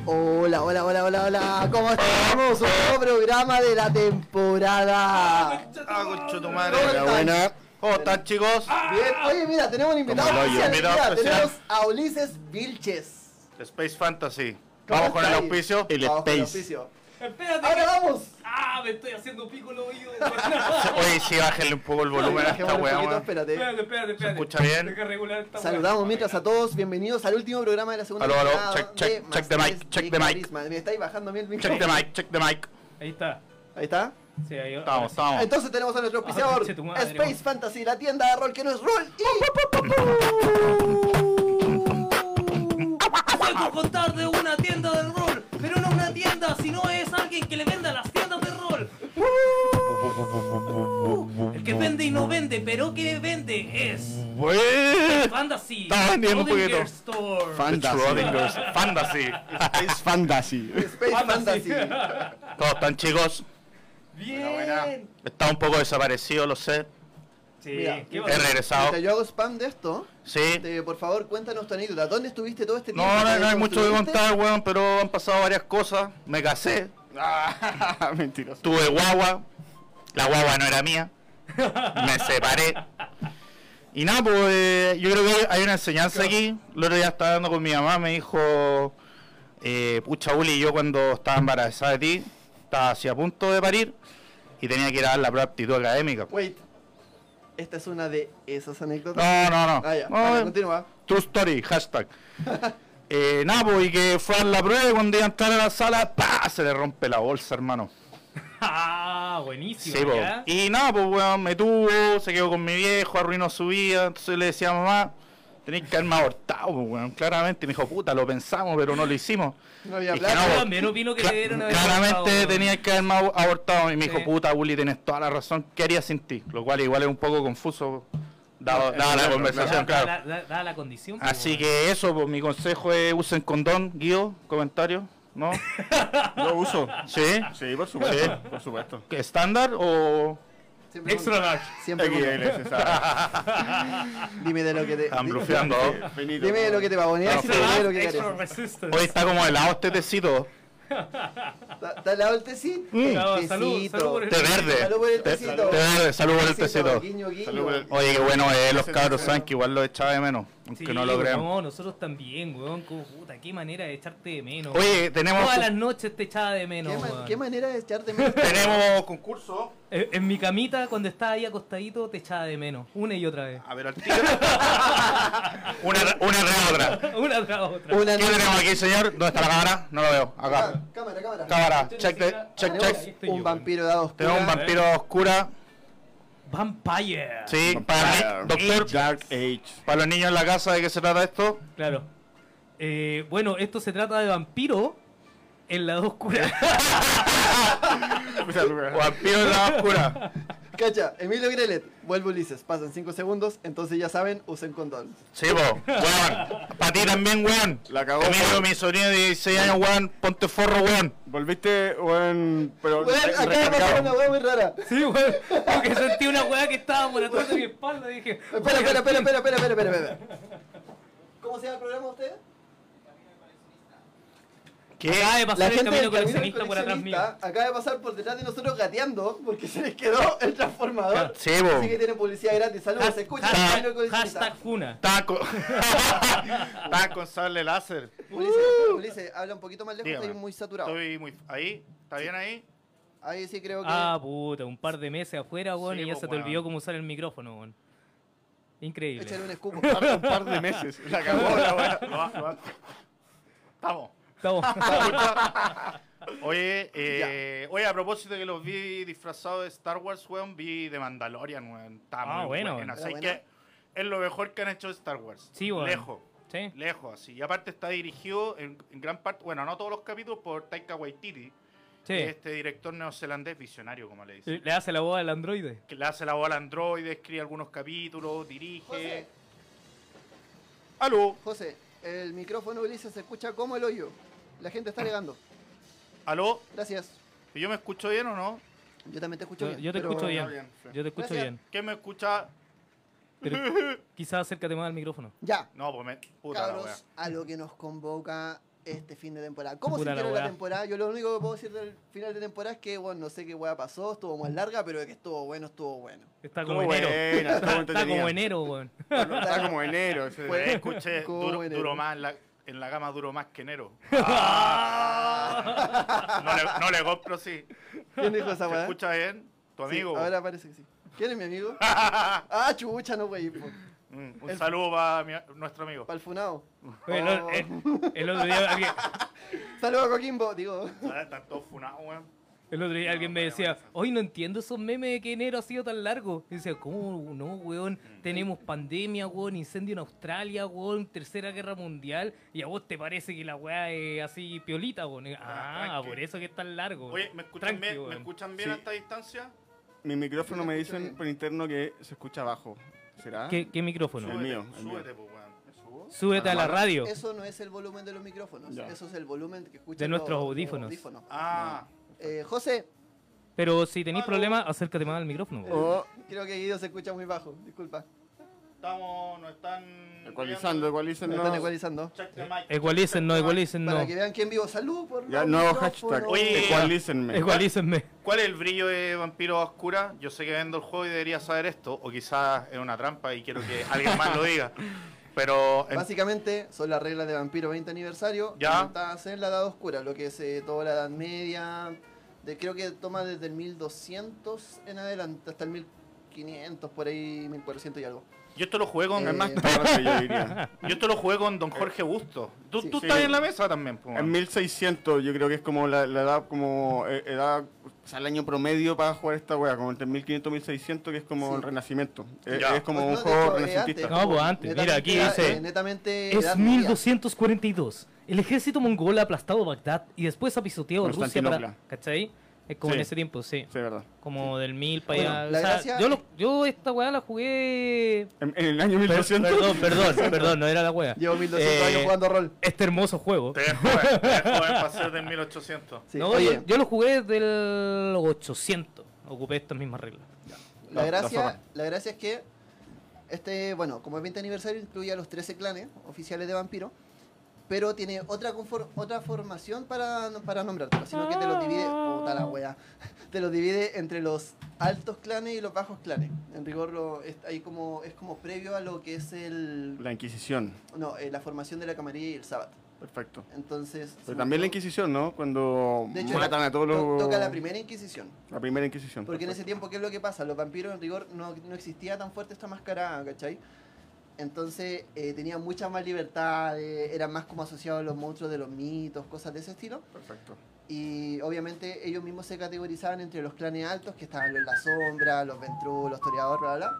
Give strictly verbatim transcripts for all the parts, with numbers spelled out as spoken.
Hola, hola, hola, hola, hola. ¿Cómo estamos? Un nuevo programa de la temporada. Ah, concho tu madre. ¿Cómo están? Buena. ¿Cómo están, chicos? Bien. Oye, mira, tenemos un invitado Como el hoyo. especial. Invitado Mira, especial. tenemos a Ulises Vilches. Space Fantasy. ¿Cómo Vamos con el estáis? auspicio. El Vamos con el Space. auspicio. Espérate. Ahora que- vamos. Ah, me estoy haciendo pico el oído. Oye, sí, bájenle un poco el volumen a esta Bajémosle un weá, poquito, weón. espérate. espérate, espérate, espérate. escucha bien? Deja regular esta Saludamos weá. mientras a todos. Bienvenidos al último programa de la segunda Aló, aló, temporada check, check, de check the Masters mic, check de the mic. Carisma. Me estáis bajando a mí el Check micrófono. the mic, check the mic. Ahí está. Ahí está. Sí, ahí ahora Estamos, sí. estamos. Entonces tenemos a nuestro Ah, auspiciador, conche tu madre, Space weón. Fantasy, la tienda de rol que no es rol. Puedo contar de una tienda de rol, pero no una tienda, sino es alguien que le vende a las tiendas de rol. El que vende y no vende, pero que vende es Wey. Fantasy. Está vendiendo un Schrödinger poquito. Store. Fantasy. Schrodinger's Fantasy. Es fantasy. Space Fantasy. ¿Cómo están, chicos? Bien. Está un poco desaparecido, lo sé. Sí, Mira, ¿qué He pasa? regresado. Mientras yo hago spam de esto, Sí. te- por favor, cuéntanos tu anécdota. ¿Dónde estuviste todo este tiempo? No, no, no hay ¿Dónde mucho que estuviste? contar, weón, pero han pasado varias cosas. Me casé, Mentiroso. tuve guagua, la guagua no era mía, me separé. Y nada, pues eh, yo creo que hay una enseñanza aquí. El otro día estaba hablando con mi mamá, me dijo, eh, pucha Uli, yo cuando estaba embarazada de ti, estaba así a punto de parir y tenía que ir a dar la prueba de aptitud académica. Wait. Esta es una de esas anécdotas. No, no, no. Ah, ya. No, Vale, eh, continúa. True story, hashtag. eh, nada, pues, y que fue a dar la prueba y cuando iba a entrar a la sala, ¡pah! Se le rompe la bolsa, hermano. Ah, buenísimo. Sí, po. ¿ya? Y nada, pues weón, me tuvo, se quedó con mi viejo, arruinó su vida. Entonces le decía a mamá, tenéis que haberme abortado, pues weón, claramente. Y me dijo, puta, lo pensamos, pero no lo hicimos. No había Dije, plata. no, Yo pues, también opino que cla- debieron haber claramente abortado. tenías que haberme ab- abortado. Y me dijo, Sí. puta, Uli, tienes toda la razón, ¿qué haría sin ti? Lo cual igual es un poco confuso, dado, dada la claro, conversación, Da- da- claro. da- da la condición. pues, Así weón. que eso, pues mi consejo es usen condón, Guido, comentario, ¿no? Lo uso. ¿Sí? Sí, por supuesto. Por supuesto. ¿Qué, ¿Estándar o...? Siempre Extra con- large. Siempre con- X L, se sabe. Dime de lo que te... Están di- blufeando. Finito. Dime de lo que te va a poner. Extra Dime de lo large, que extra quieres. resistance. Hoy está como helado este tecito. Da- Dale a el tecito. Mm. Claro, El salud, tecito. salud por el Té verde. Salud por el Té- tecito. té verde, salud por el tecito. Guiño, guiño. Salud por el- Oye, qué bueno es, los Ese cabros tecito. saben que igual lo echaba de menos, aunque Sí, no lo crean. No, nosotros también, weón. Como puta, qué manera de echarte de menos. Oye, tenemos Todas las noches te echaba de ¿Qué, menos, ma- weón. qué manera de echarte menos? tenemos concurso. En, en mi camita, cuando estaba ahí acostadito, te echaba de menos. Una y otra vez. A ver, al tiro. una, una tras otra. Una tras otra. Una ¿Qué tenemos aquí, señor? ¿Dónde está la cámara? No lo veo. Acá. Ah, Cámara, cámara. Cámara. Check, de, check, Tenemos check. Estoy un yo, vampiro de oscura. Tenemos un vampiro oscura. Vampire. Sí, para mí, doctor. Dark Age. Para los niños en la casa, ¿de qué se trata esto? Claro. Eh, bueno, esto se trata de vampiro en la oscura. Vampiro en la oscura. Cacha, Emilio Grelet, vuelve Ulises, pasan cinco segundos, entonces ya saben, usen condón. Sí, po. Weón. Para ti también, weón. La cagó. Emilio, mi sobrino de dieciséis años, weón. Ponte forro, weón. Volviste, weón. Pero. Bueno, re- acá me recargado. pasó una hueá muy rara. Sí, weón. Porque sentí una weá que estaba por atrás de mi espalda y dije. Espera, espera, espera, espera, espera, espera, espera, espera. ¿Cómo se llama el programa de ustedes? ¿Qué? Acaba de pasar La el gente camino del camino coleccionista por atrás mío. coleccionista acaba de pasar por detrás de nosotros gateando porque se les quedó el transformador. Sí, po. Así que tienen publicidad gratis. Saludos, se escucha el camino Hashtag, coleccionista. hashtag Funa. Estaba con... Estaba con sable láser. Ulises, Ulises, habla un poquito más lejos, Dígame. estoy muy saturado. Estoy muy... ¿Ahí? ¿Está bien ahí? Ahí sí creo que... Ah, puta, un par de meses afuera, weón, Sí, y ya po, se te weón. olvidó cómo usar el micrófono, weón. Increíble. Échale un escupo. Un par de meses. La cagó la weá. Lo va- lo va- Estamos. Estamos. Oye, eh, oye, a propósito de que los vi disfrazados de Star Wars, weón, vi de Mandalorian, weón. Está Ah, muy bueno. buena. ¿Era Así buena? que es lo mejor que han hecho de Star Wars. Sí, weón. Lejos. Sí. Lejos, así. Y aparte está dirigido en, en gran parte, bueno, no todos los capítulos, por Taika Waititi. Sí. Este director neozelandés visionario, como le dicen. Le hace la voz al androide. Que le hace la voz al androide, escribe algunos capítulos, dirige. José. Aló, José, el micrófono Ulises se escucha como el hoyo. La gente está alegando. aló. Gracias. ¿Y yo me escucho bien o no? Yo también te escucho Yo, bien. yo te pero- escucho Está bien. bien, sí. Yo te escucho Gracias. bien. ¿Quién me escucha? Pero quizás acércate más al micrófono. Ya. No, pues me... Puta la wea. Cabros, a lo que nos convoca este fin de temporada. ¿Cómo Puta la sintieron la, weá. temporada? Yo lo único que puedo decir del final de temporada es que, bueno, no sé qué weá pasó, estuvo más larga, pero que estuvo bueno, estuvo bueno. Está como Estuvo enero. buena, estuvo Está, está entretenida. como enero, weón. Está como enero. ese- Fue- Eh, escuché, ¿Cómo duro, enero? duro más en la, en la cama, duro más que enero. No le, no le compro, sí. ¿Quién dijo esa ¿Se weá? escucha bien? ¿Tu Sí, amigo? ahora parece que sí. ¿Quién es mi amigo? Ah, chucha, no, güey. Mm, un el- saludo para nuestro amigo. Para el funao. Oye, el, Oh. el- el otro día alguien, Saludos a Coquimbo, digo. Ah, Están todos funados, weón. el otro día No, alguien me vaya, decía, vaya. hoy no entiendo esos memes de que enero ha sido tan largo. Y decía, ¿cómo no, weón? Tenemos pandemia, weón, incendio en Australia, weón, tercera guerra mundial. Y a vos te parece que la weá es así piolita, weón. Ah, tranqui. por eso que es tan largo. Oye, ¿me escuchan Tranqui, bien, ¿me weón. escuchan bien Sí. a esta distancia? Mi micrófono Yo me te escucho dicen bien. por interno que se escucha bajo. ¿Será? ¿Qué, qué micrófono? El mío, el Súbete, mío. pues, weón. ¿Me subo? Súbete a la radio. Eso no es el volumen de los micrófonos. Ya. Eso es el volumen que escuchan De nuestros los- los audífonos. Ah, Eh, José, Pero si tenéis Aló. problemas, acércate más al micrófono, weón. Oh, creo que Guido se escucha muy bajo. Disculpa. estamos, nos están... ecualizando, ecualizando. Me están ecualizando. Check the mic, Ecualicen, no, check the mic. ecualicen, no. Para que vean que en vivo. Salud por Ya, los nuevo micrófonos. hashtag. Oye, Ecualícenme. Ecualícenme. ¿Cuál es el brillo de Vampiro Oscura? Yo sé que vendo el juego y debería saber esto, o quizás es una trampa y quiero que alguien más lo diga. Pero en- Básicamente son las reglas de Vampiro veinte aniversario. Ya. Implementadas en la Edad Oscura, lo que es eh, toda la Edad Media. De, creo que toma desde el mil doscientos en adelante hasta el mil quinientos, por ahí, mil cuatrocientos y algo. yo esto lo jugué con Eh, Es más tarde, yo diría. yo esto lo jugué con Don Jorge Busto. Tú, Sí. tú Sí. estás en la mesa también, pues, En mil seiscientos yo creo que es como la, la edad, como eh, edad, o sea, el año promedio para jugar esta wea, como entre mil quinientos y mil seiscientos, que es como Sí. el renacimiento. Es, Ya. es como Pues un no, de juego hecho, eh, renacentista. antes, No, pues antes. Mira, aquí netamente, dice, eh, netamente Es Edad Media. mil doscientos cuarenta y dos. El ejército mongol ha aplastado Bagdad y después ha pisoteado Rusia para... Constantinopla. ¿Cachai? Es como Sí. en ese tiempo, sí. Sí, verdad. Como del mil para Bueno, allá. la O sea, gracia- yo, lo- yo esta weá la jugué... En, en el año mil Per- doscientos. perdón, perdón, perdón, no era la weá. Llevo mil doscientos Eh, años jugando rol. Este hermoso juego. Te ves joven, te ves joven para ser del mil ochocientos. Sí, No, oye, yo, yo lo jugué del ochocientos. Ocupé estas mismas reglas. la, la gracia, zorra. la gracia es que este, bueno, como es veinte aniversario, incluye a los trece clanes oficiales de Vampiro, pero tiene otra confor- otra formación para, para nombrártelo, sino que te los divide, puta la wea, te los divide entre los altos clanes y los bajos clanes. En rigor, lo, es, ahí como, es como previo a lo que es el, La Inquisición. no, eh, la formación de la camarilla y el sábado. Perfecto. Entonces, Pero según también la todo- Inquisición, ¿no? Cuando de hecho, matan a todos to- los... toca la primera Inquisición. La primera Inquisición. Porque en ese perfecto. tiempo, ¿qué es lo que pasa? Los vampiros, en rigor, no, no existía tan fuerte esta máscara, ¿cachai? Entonces, eh, tenían mucha más libertad, eh, eran más como asociados a los monstruos de los mitos, cosas de ese estilo. Perfecto. Y obviamente ellos mismos se categorizaban entre los clanes altos, que estaban los La Sombra, los Ventrú, los Toreador, bla, bla, bla.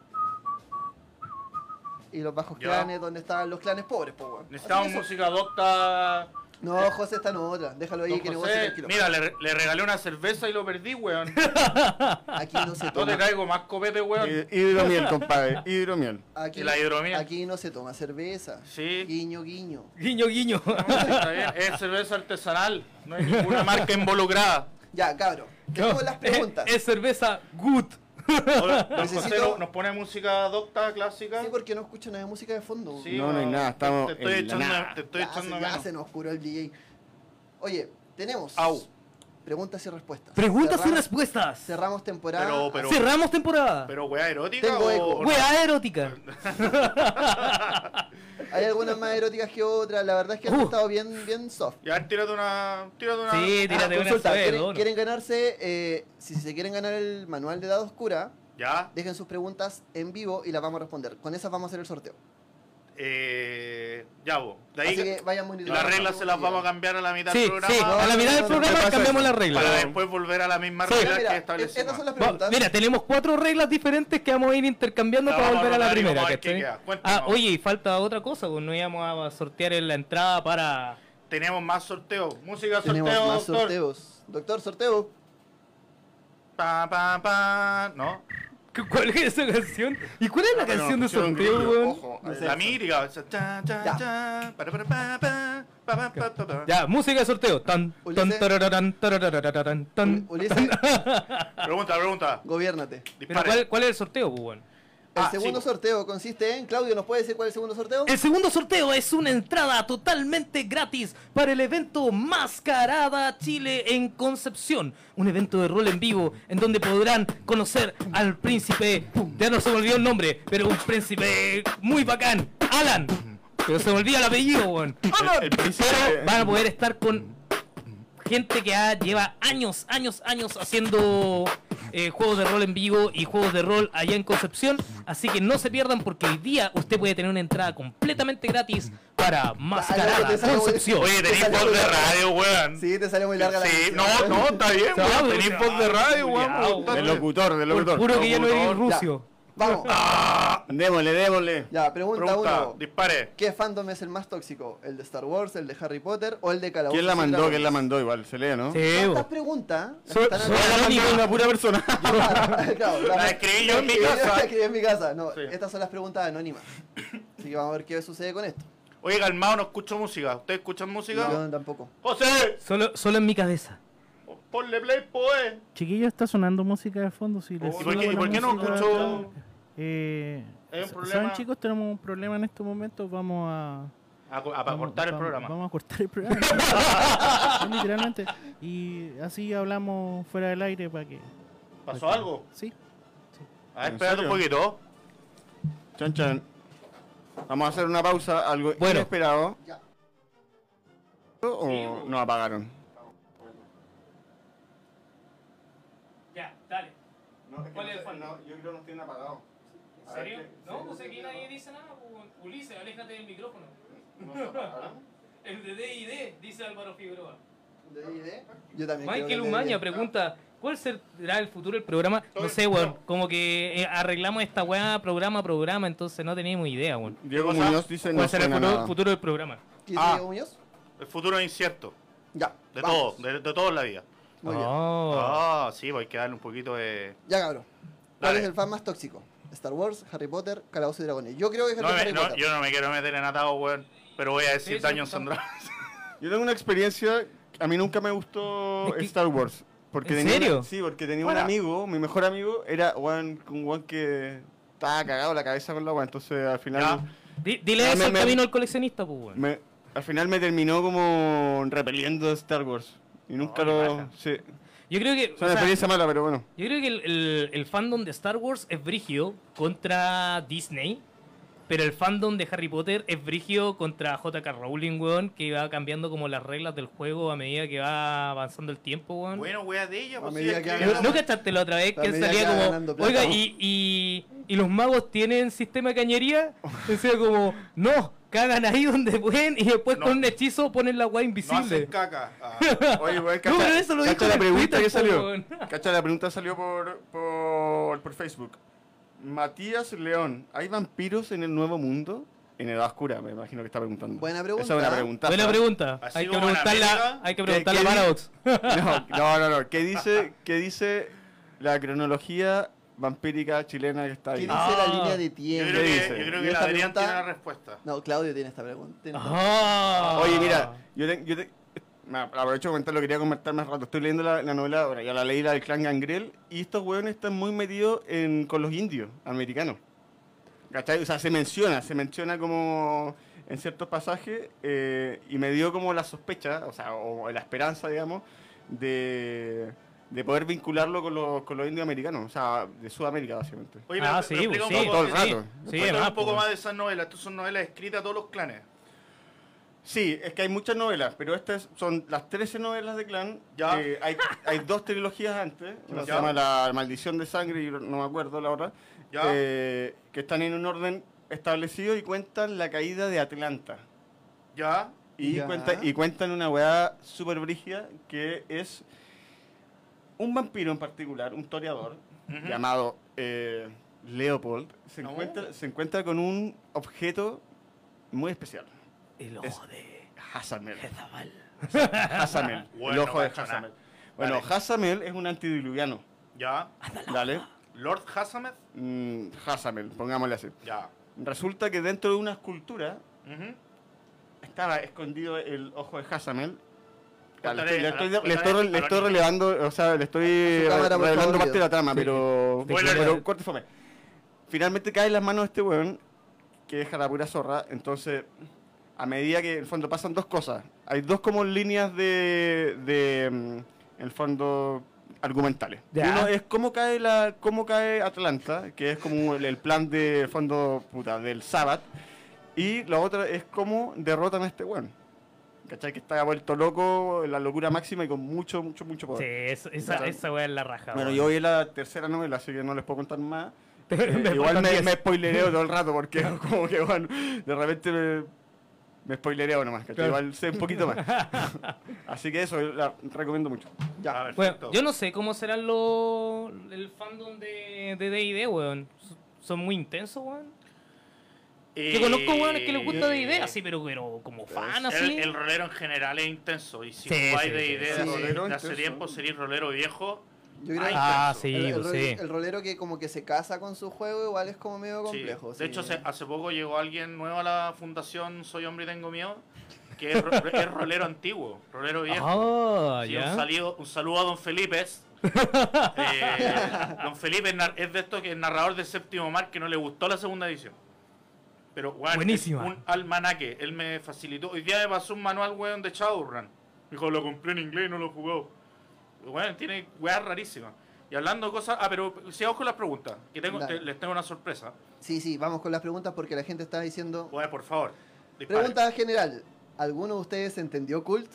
Y los bajos Ya. clanes, donde estaban los clanes pobres, pues, weón. Necesitamos Así que eso- música docta. No, José está en otra, déjalo ahí Don que negocie José, tranquilo. mira, le, le regalé una cerveza y lo perdí, weón. Aquí no se No te toma. traigo más copete, weón. Hid- Hidromiel, compadre. Hidromiel. Aquí, ¿Y la hidromiel? aquí no se toma cerveza. Sí. Guiño, guiño. Guiño, guiño. No, está bien, es cerveza artesanal. No hay ninguna marca involucrada. Ya, cabro. Tenemos las preguntas. Es, es cerveza good. Hola, don Necesito- José, ¿no- ¿nos pone música docta clásica? Sí, porque no escucho nada de música de fondo. Sí, No, no hay nada, estamos Te estoy en la echando, nada. te estoy ya, echando se, ya menos. se nos oscuró el D J. Oye, tenemos Au. preguntas y respuestas. Preguntas y Cerramos- respuestas. Cerramos temporada. Pero- pero- Cerramos temporada. Pero weá erótica Tengo o, eco. o no? Wea erótica. Hay algunas más eróticas que otras. La verdad es que han Uh. estado bien, bien soft. Ya, a ver, tírate una. Tírate una. Sí, Ah, tírate una consulta, vez, ¿quieren, ¿no? quieren ganarse, eh, si se quieren ganar el manual de Dado Oscura, Ya. dejen sus preguntas en vivo y las vamos a responder. Con esas vamos a hacer el sorteo. Eh, ya, vos. De ahí Así que vayan muy las reglas se las vamos a cambiar a la mitad del Sí, programa. sí, a la mitad del no, no, programa no pasa cambiamos eso. las reglas. Para después volver a la misma Sí. regla Mira, que mira, establecimos. estas son las Va- preguntas. Mira, tenemos cuatro reglas diferentes que vamos a ir intercambiando La para vamos a volver a la rotar y primera. vamos a ver qué ¿cachai? queda. Cuéntanos. Ah, oye, y falta otra cosa, pues no íbamos a sortear en la entrada para... Tenemos más sorteos. Música Tenemos sorteo, más doctor. sorteos. Doctor, sorteo. Pa, pa, pa. No. ¿Cuál es esa canción? ¿Y cuál es la Ah, pero canción de pusieron sorteo, grillo, weón? Ojo. No ahí sé. La está. mírica. o sea, cha, cha, Ya. cha, para, para, pa, pa, pa, pa, pa, pa, pa. Ya, música de sorteo. Tan, tan, Ulises. tarararán, tararararán, tan. Ulises, Pregunta, pregunta. gobiérnate. Pero Dispare. ¿cuál, ¿cuál es el sorteo, pues, weón? El Ah, segundo sí. sorteo consiste en... Claudio, ¿nos puede decir cuál es el segundo sorteo? El segundo sorteo es una entrada totalmente gratis para el evento Mascarada Chile en Concepción. Un evento de rol en vivo en donde podrán conocer al príncipe, ya no se me olvidó el nombre, pero un príncipe muy bacán, Alan. Pero se me olvida el apellido, weón. El, el príncipe- Pero van a poder estar con gente que ha- lleva años, años, años haciendo eh, juegos de rol en vivo y juegos de rol allá en Concepción. Así que no se pierdan porque hoy día usted puede tener una entrada completamente gratis para Mascarada te salió muy- Concepción. Oye, tenéis salió voz muy de larga. radio, weón. Sí, te sale muy larga la Sí, canción. no, no, está bien, Se va, weón. weón. Tenéis voz de radio, weón. Culeado, me weón. gusta. Del locutor, del Por locutor. puro que ya no eres Locutor. rucio. Vamos. Démosle, démosle. Ya, pregunta, Pregunta, uno. dispare. ¿Qué fandom es el más tóxico? ¿El de Star Wars, el de Harry Potter o el de Calabozos ¿Quién la y mandó? Dragones? ¿Quién la mandó? Igual, se lee, ¿no? Sí, Todas bo. estas preguntas las Soy- están soy anotando- La mandó una pura persona. Claro, La escribí yo en mi casa. La escribí en mi casa. No, Sí. estas son las preguntas anónimas. Así que vamos a ver qué sucede con esto. Oye, calmado, no escucho música. ¿Ustedes escuchan música? Yo tampoco. José, Solo, solo en mi cabeza. ponle play, pues. Chiquillo, está sonando música de fondo. Si les ¿Y por qué- subo y por la qué no música, escucho? Eh, Hay un ¿saben, problema. chicos? Tenemos un problema en estos momentos. Vamos a... A, co- a- para vamos- cortar el vamos- programa. Vamos a cortar el programa. Literalmente. Y así hablamos fuera del aire para que... ¿Pasó algo? Sí. A ver, ¿En espérate un serio? poquito. Chan, chan. Vamos a hacer una pausa, algo Bueno. inesperado. Ya. ¿O no apagaron? Ya, dale. No, es que ¿Cuál no es el sé, fondo? no, yo creo que no tienen apagado. ¿En serio? No, pues aquí nadie dice nada. Pues, Ulises, aléjate del micrófono. ¿No se apagaron? El de D y D, dice Álvaro Figueroa. ¿De D y D? Yo también. creo que Michael es de Umaña D y D. pregunta, ¿cuál será el futuro del programa? No sé, weón, como que eh, arreglamos esta weá programa a programa, entonces no teníamos idea, weón. Diego ¿Qué cosa? Muñoz dice no ¿Cuál será el suena futuro, nada. futuro del programa? ¿Qué dice Ah. Diego Muñoz? El futuro es incierto. Ya. De vamos. todo, de, de todo en la vida. Muy bien. Oh. Ah, sí, pues hay que darle un poquito de. Ya, cabrón. ¿Cuál Dale. es el fan más tóxico? ¿Star Wars, Harry Potter, Calabozos y Dragones? Yo creo que es el No de me- Harry no, Potter. yo no me quiero meter en atado, weón. Pero voy a decir Sí, sí, Daños estamos- and Dragons. Yo tengo una experiencia, a mí nunca me gustó Es que- Star Wars. Porque ¿En tenía serio? una- sí, porque tenía Fuera. un amigo, mi mejor amigo, era weón, un weón que estaba cagado la cabeza con la weón, entonces al final... Ya. Di- dile Ah, eso me- al me- camino al coleccionista, pues, weón. Me, al final me terminó como repeliendo Star Wars. Y nunca Oh, qué lo... paja. Sí. Yo creo que... Es o una sea, experiencia mala, pero bueno. Yo creo que el, el- el fandom de Star Wars es brigio contra Disney, pero el fandom de Harry Potter es brigio contra J K Rowling, weón, que va cambiando como las reglas del juego a medida que va avanzando el tiempo, weón. Bueno, wea de ella, A pues medida sí, que escribe haga- la ¿No wea. cachaste la otra vez A que él medida salía que va como, ganando plata. oiga, y, y, y los magos tienen sistema de cañería? Decía como, no, cagan ahí donde pueden y después No. con un hechizo ponen la weá No invisible. hacen caca. Ah. Oye, weón, No, cacha, pero eso lo dijo cacha en la el pregunta Twitter, que po, salió. weón. Cacha, la pregunta salió por, por, por Facebook. Matías León, ¿hay vampiros en el Nuevo Mundo? En Edad Oscura, me imagino que está preguntando. Buena pregunta. Esa es una pregunta. Buena pregunta. Así Hay que como en preguntarla, América, hay que ¿qué- preguntarle a qué di- Paradox. No, no, no, no. ¿Qué dice, qué dice la cronología vampírica chilena que está ¿Qué ahí? dice Ah. la línea de Yo tiempo? creo ¿Qué que, dice? yo creo Y que esta Adrián pregunta- tiene la respuesta. No, Claudio tiene esta pregunta. tiene esta Ah. Oye, mira, yo, te, yo te- me aprovecho de comentar, lo quería comentar más rato. Estoy leyendo la, la novela, ahora ya la leí, la del clan Gangrel, y estos hueones están muy metidos en, con los indios americanos. ¿Cachai? O sea, se menciona, se menciona como en ciertos pasajes, eh, y me dio como la sospecha, o sea, o la esperanza, digamos, de, de poder vincularlo con los, con los indios americanos, o sea, de Sudamérica, básicamente. Oye, Ah, pero, sí, pero explica pues, un sí, poco, todo el sí, rato. Sí, Cuéntame además, un poco pues. más de esas novelas. Estas son novelas escritas a todos los clanes. Sí, es que hay muchas novelas, pero estas son las trece novelas de Clan. Ya. Eh, hay, hay dos trilogías antes, una se Ya. llama La Maldición de Sangre y no me acuerdo la otra, Ya. eh, que están en un orden establecido y cuentan la caída de Atlanta. Ya. Y, Ya. cuenta, y cuentan una weá súper brígida que es un vampiro en particular, un toreador, Ujú. llamado eh, Leopold, se No. encuentra, se encuentra con un objeto muy especial. El Es- ojo de Hazamel. Jezabel. Hazamel, el Bueno, ojo de cacho nada. Hazamel. Bueno, Dale. Hazamel es un antidiluviano. Ya. ¿Dale? Lord Hasamet. Mm, Hazamel, pongámosle así. Ya. Resulta que dentro de una escultura Ujú. estaba escondido el ojo de Hazamel. Ya, le Cuéntale estoy, le a estoy- la- le estoy- cuéntale le a estoy la- relevando, o sea, le estoy A su cámara, por revelando favor, parte de la trama, Sí. pero, Spoiler. pero corte fome. finalmente cae en las manos de este weón, que deja la pura zorra. Entonces, a medida que en el fondo pasan dos cosas. Hay dos como líneas de, de mm, en el fondo, argumentales. Ya. Uno es cómo cae la cómo cae Atlanta, que es como el, el plan de en fondo puta, del Sabbath. Y la otra es cómo derrotan a este weón. ¿Cachai? Que está vuelto loco, en la locura máxima y con mucho, mucho, mucho Sí, poder. eso- esa, esa weá es la raja. Bueno, weón. yo voy en la tercera novela, así que no les puedo contar más. Me Eh, igual faltan me, diez. me spoilereo todo el rato porque como que bueno, de repente me, me spoilereo nomás, ¿cachai? Claro. Igual sé un poquito más. Así que eso la recomiendo mucho. Ya, Bueno, perfecto. yo no sé cómo serán los el fandom de de D and D, weón. Son muy intensos, weón. Yo conozco weones que les gusta D and D, así, pero, pero como fan, El, así. el rolero en general es intenso. Y si Sí, jugáis sí, de sí, idea sí. de, Rolero de hace intenso. tiempo, seréis rolero viejo. Yo creo Ah, que Ah, intenso. sí, el, el pues rol- sí. el rolero que como que se casa con su juego igual es como medio Sí. complejo. De sí. hecho, se- hace poco llegó alguien nuevo a la fundación Soy Hombre y Tengo Miedo, que es, ro- es rolero antiguo, rolero viejo. Ah, Sí, un, ya. salido- un saludo a Don Felipe. Eh, don Felipe es, nar- es de esto que es narrador de Séptimo Mar, que no le gustó la segunda edición. Pero, weón, Buenísima. es un almanaque. Él me facilitó. Hoy día me pasó un manual, weón, de Shadowrun. Me dijo, lo compré en inglés y no lo he jugado. Weón, tiene weas rarísimas. Y hablando de cosas... Ah, pero sigamos con las preguntas, que tengo, Dale. te- les tengo una sorpresa. Sí, sí, vamos con las preguntas porque la gente está diciendo... Weón, por favor. dispare. Pregunta general. ¿Alguno de ustedes entendió Cult?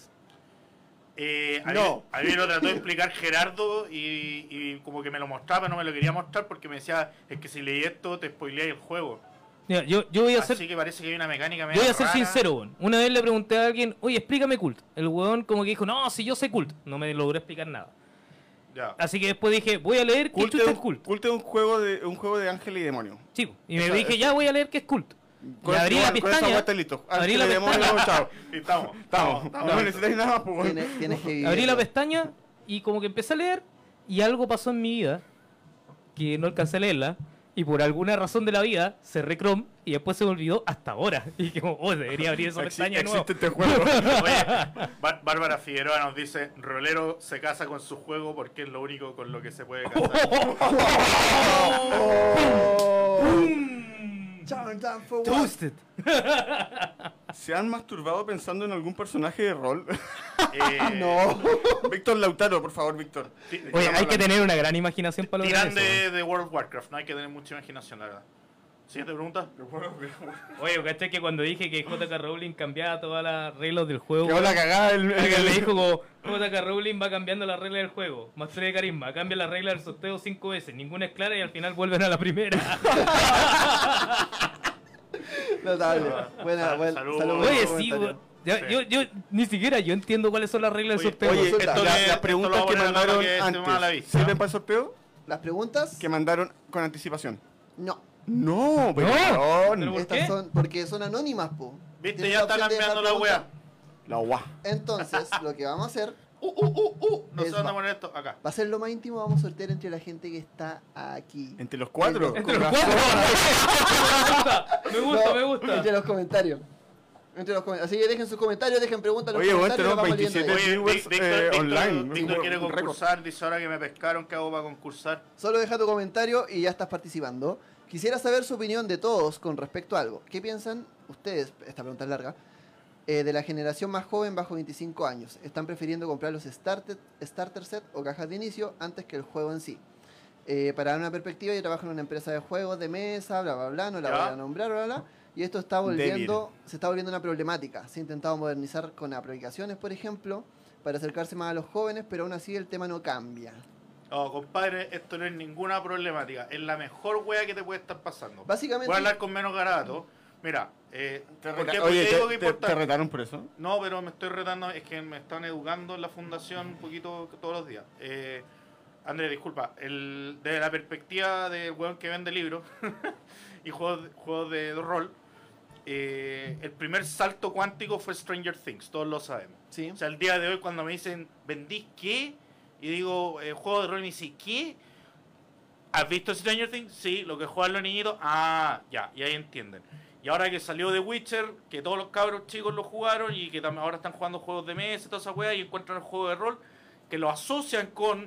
Eh, a, No. mí, a mí me lo trató de explicar Gerardo y, y como que me lo mostraba, pero no me lo quería mostrar porque me decía, es que si leí esto te spoileé el juego. Mira, yo, yo voy a ser, Así que parece que hay una mecánica yo medio voy a ser rara. sincero, weón. Una vez le pregunté a alguien, oye, explícame Cult. El weón como que dijo, no, si yo sé Cult. No me logró explicar nada. Ya. Así que después dije, voy a leer qué Cult chucha es es un, Cult. Cult es un juego de un juego de ángel y demonio. Sí, y me Esa- dije, esa- ya voy a leer qué es Cult. Con Y abrí esa- la con esa pestaña, weá está listo. abrí Ángel la y demonio, pestaña. chao. Y estamos, Estamos. estamos. No necesitáis nada más, pues, weón. Tienes, tienes que vivir. Abrí la pestaña y como que empecé a leer y algo pasó en mi vida que no alcancé a leerla y por alguna razón de la vida cerré Chrome y después se me olvidó hasta ahora. Y como, oh, debería abrir esa Exi- pestaña de nuevo. Existe este juego. Oye, Bár- Bárbara Figueroa nos dice, Rolero se casa con su juego porque es lo único con lo que se puede casar. Turn down for what? Toasted. ¿Se han masturbado pensando en algún personaje de rol? Eh, No. Víctor Lautaro, por favor, Víctor. ti- Oye, Estamos hay que hablando. tener una gran imaginación para lograr Tiran eso. de, de World of Warcraft, no hay que tener mucha imaginación, la verdad. Siguiente pregunta. Oye, ¿cachai que cuando dije que J K. Rowling cambiaba todas las reglas del juego? Quedó la cagada el, el- Alguien le dijo como J K. Rowling va cambiando las reglas del juego. Maestría de carisma, cambia la regla del sorteo cinco veces. Ninguna es clara y al final vuelven a la primera. Notable. Buena, Sal- buen, salud. salud, Oye, buen sí, comentario. weón. Ya, Sí. yo, yo ni siquiera yo entiendo cuáles son las reglas del Oye, sorteo. Oye, Consulta. esto la- que- las esto preguntas lo voy a que poner en la nota mandaron que esté mal a la antes, vista. ¿sirven para el sorteo? Las preguntas, Que mandaron con anticipación. no. No, pero ¿Pero por Estas qué? son porque son anónimas, po. Viste, Tienes ya la está opción de dejar cambiando la wea. preguntas. La guá. Entonces, lo que vamos a hacer, Uh, uh, uh, uh. No Es sé dónde ma- poner esto. Acá. va a ser lo más íntimo, vamos a sortear entre la gente que está aquí. Entre los cuatro. Entre los cuatro. Me gusta, No, me gusta. Entre los comentarios. Entre los comentarios. Así que dejen sus comentarios, dejen preguntas en los Oye, bueno, comentarios. tenemos vamos leyendo veintisiete. ahí. Oye, viewers, Vic- Víctor, eh, Víctor- online. Víctor Un quiere récord. concursar, dice ahora que me pescaron, ¿qué hago para concursar? Solo deja tu comentario y ya estás participando. Quisiera saber su opinión de todos con respecto a algo. ¿Qué piensan ustedes, esta pregunta es larga, eh, de la generación más joven bajo veinticinco años? ¿Están prefiriendo comprar los starter, starter set o cajas de inicio antes que el juego en sí? Eh, para dar una perspectiva, yo trabajo en una empresa de juegos de mesa, bla, bla, bla, no la Ya. voy a nombrar, bla, bla, bla. Y esto está volviendo, se está volviendo una problemática. Se ha intentado modernizar con aplicaciones, por ejemplo, para acercarse más a los jóvenes, pero aún así el tema no cambia. Oh, compadre, esto no es ninguna problemática. Es la mejor wea que te puede estar pasando. Básicamente- Voy a hablar con menos garato. Mira, eh, Te ¿por reta- qué? Oye, Porque te, digo que te- importa- te retaron por eso. No, pero me estoy retando, es que me están educando en la fundación un poquito todos los días. Eh, Andrés, disculpa, el, desde la perspectiva del weón que vende libros y juegos, juegos de rol, eh, el primer salto cuántico fue Stranger Things, todos lo sabemos. Sí. O sea, el día de hoy cuando me dicen, ¿vendís qué? Y digo, eh, juego de rol, y me dice, ¿qué? ¿Has visto Stranger Things? Sí, lo que juegan los niñitos. Ah, ya, y ahí entienden. Y ahora que salió The Witcher, que todos los cabros chicos lo jugaron y que también ahora están jugando juegos de mesa y toda esa weá y encuentran el juego de rol, que lo asocian con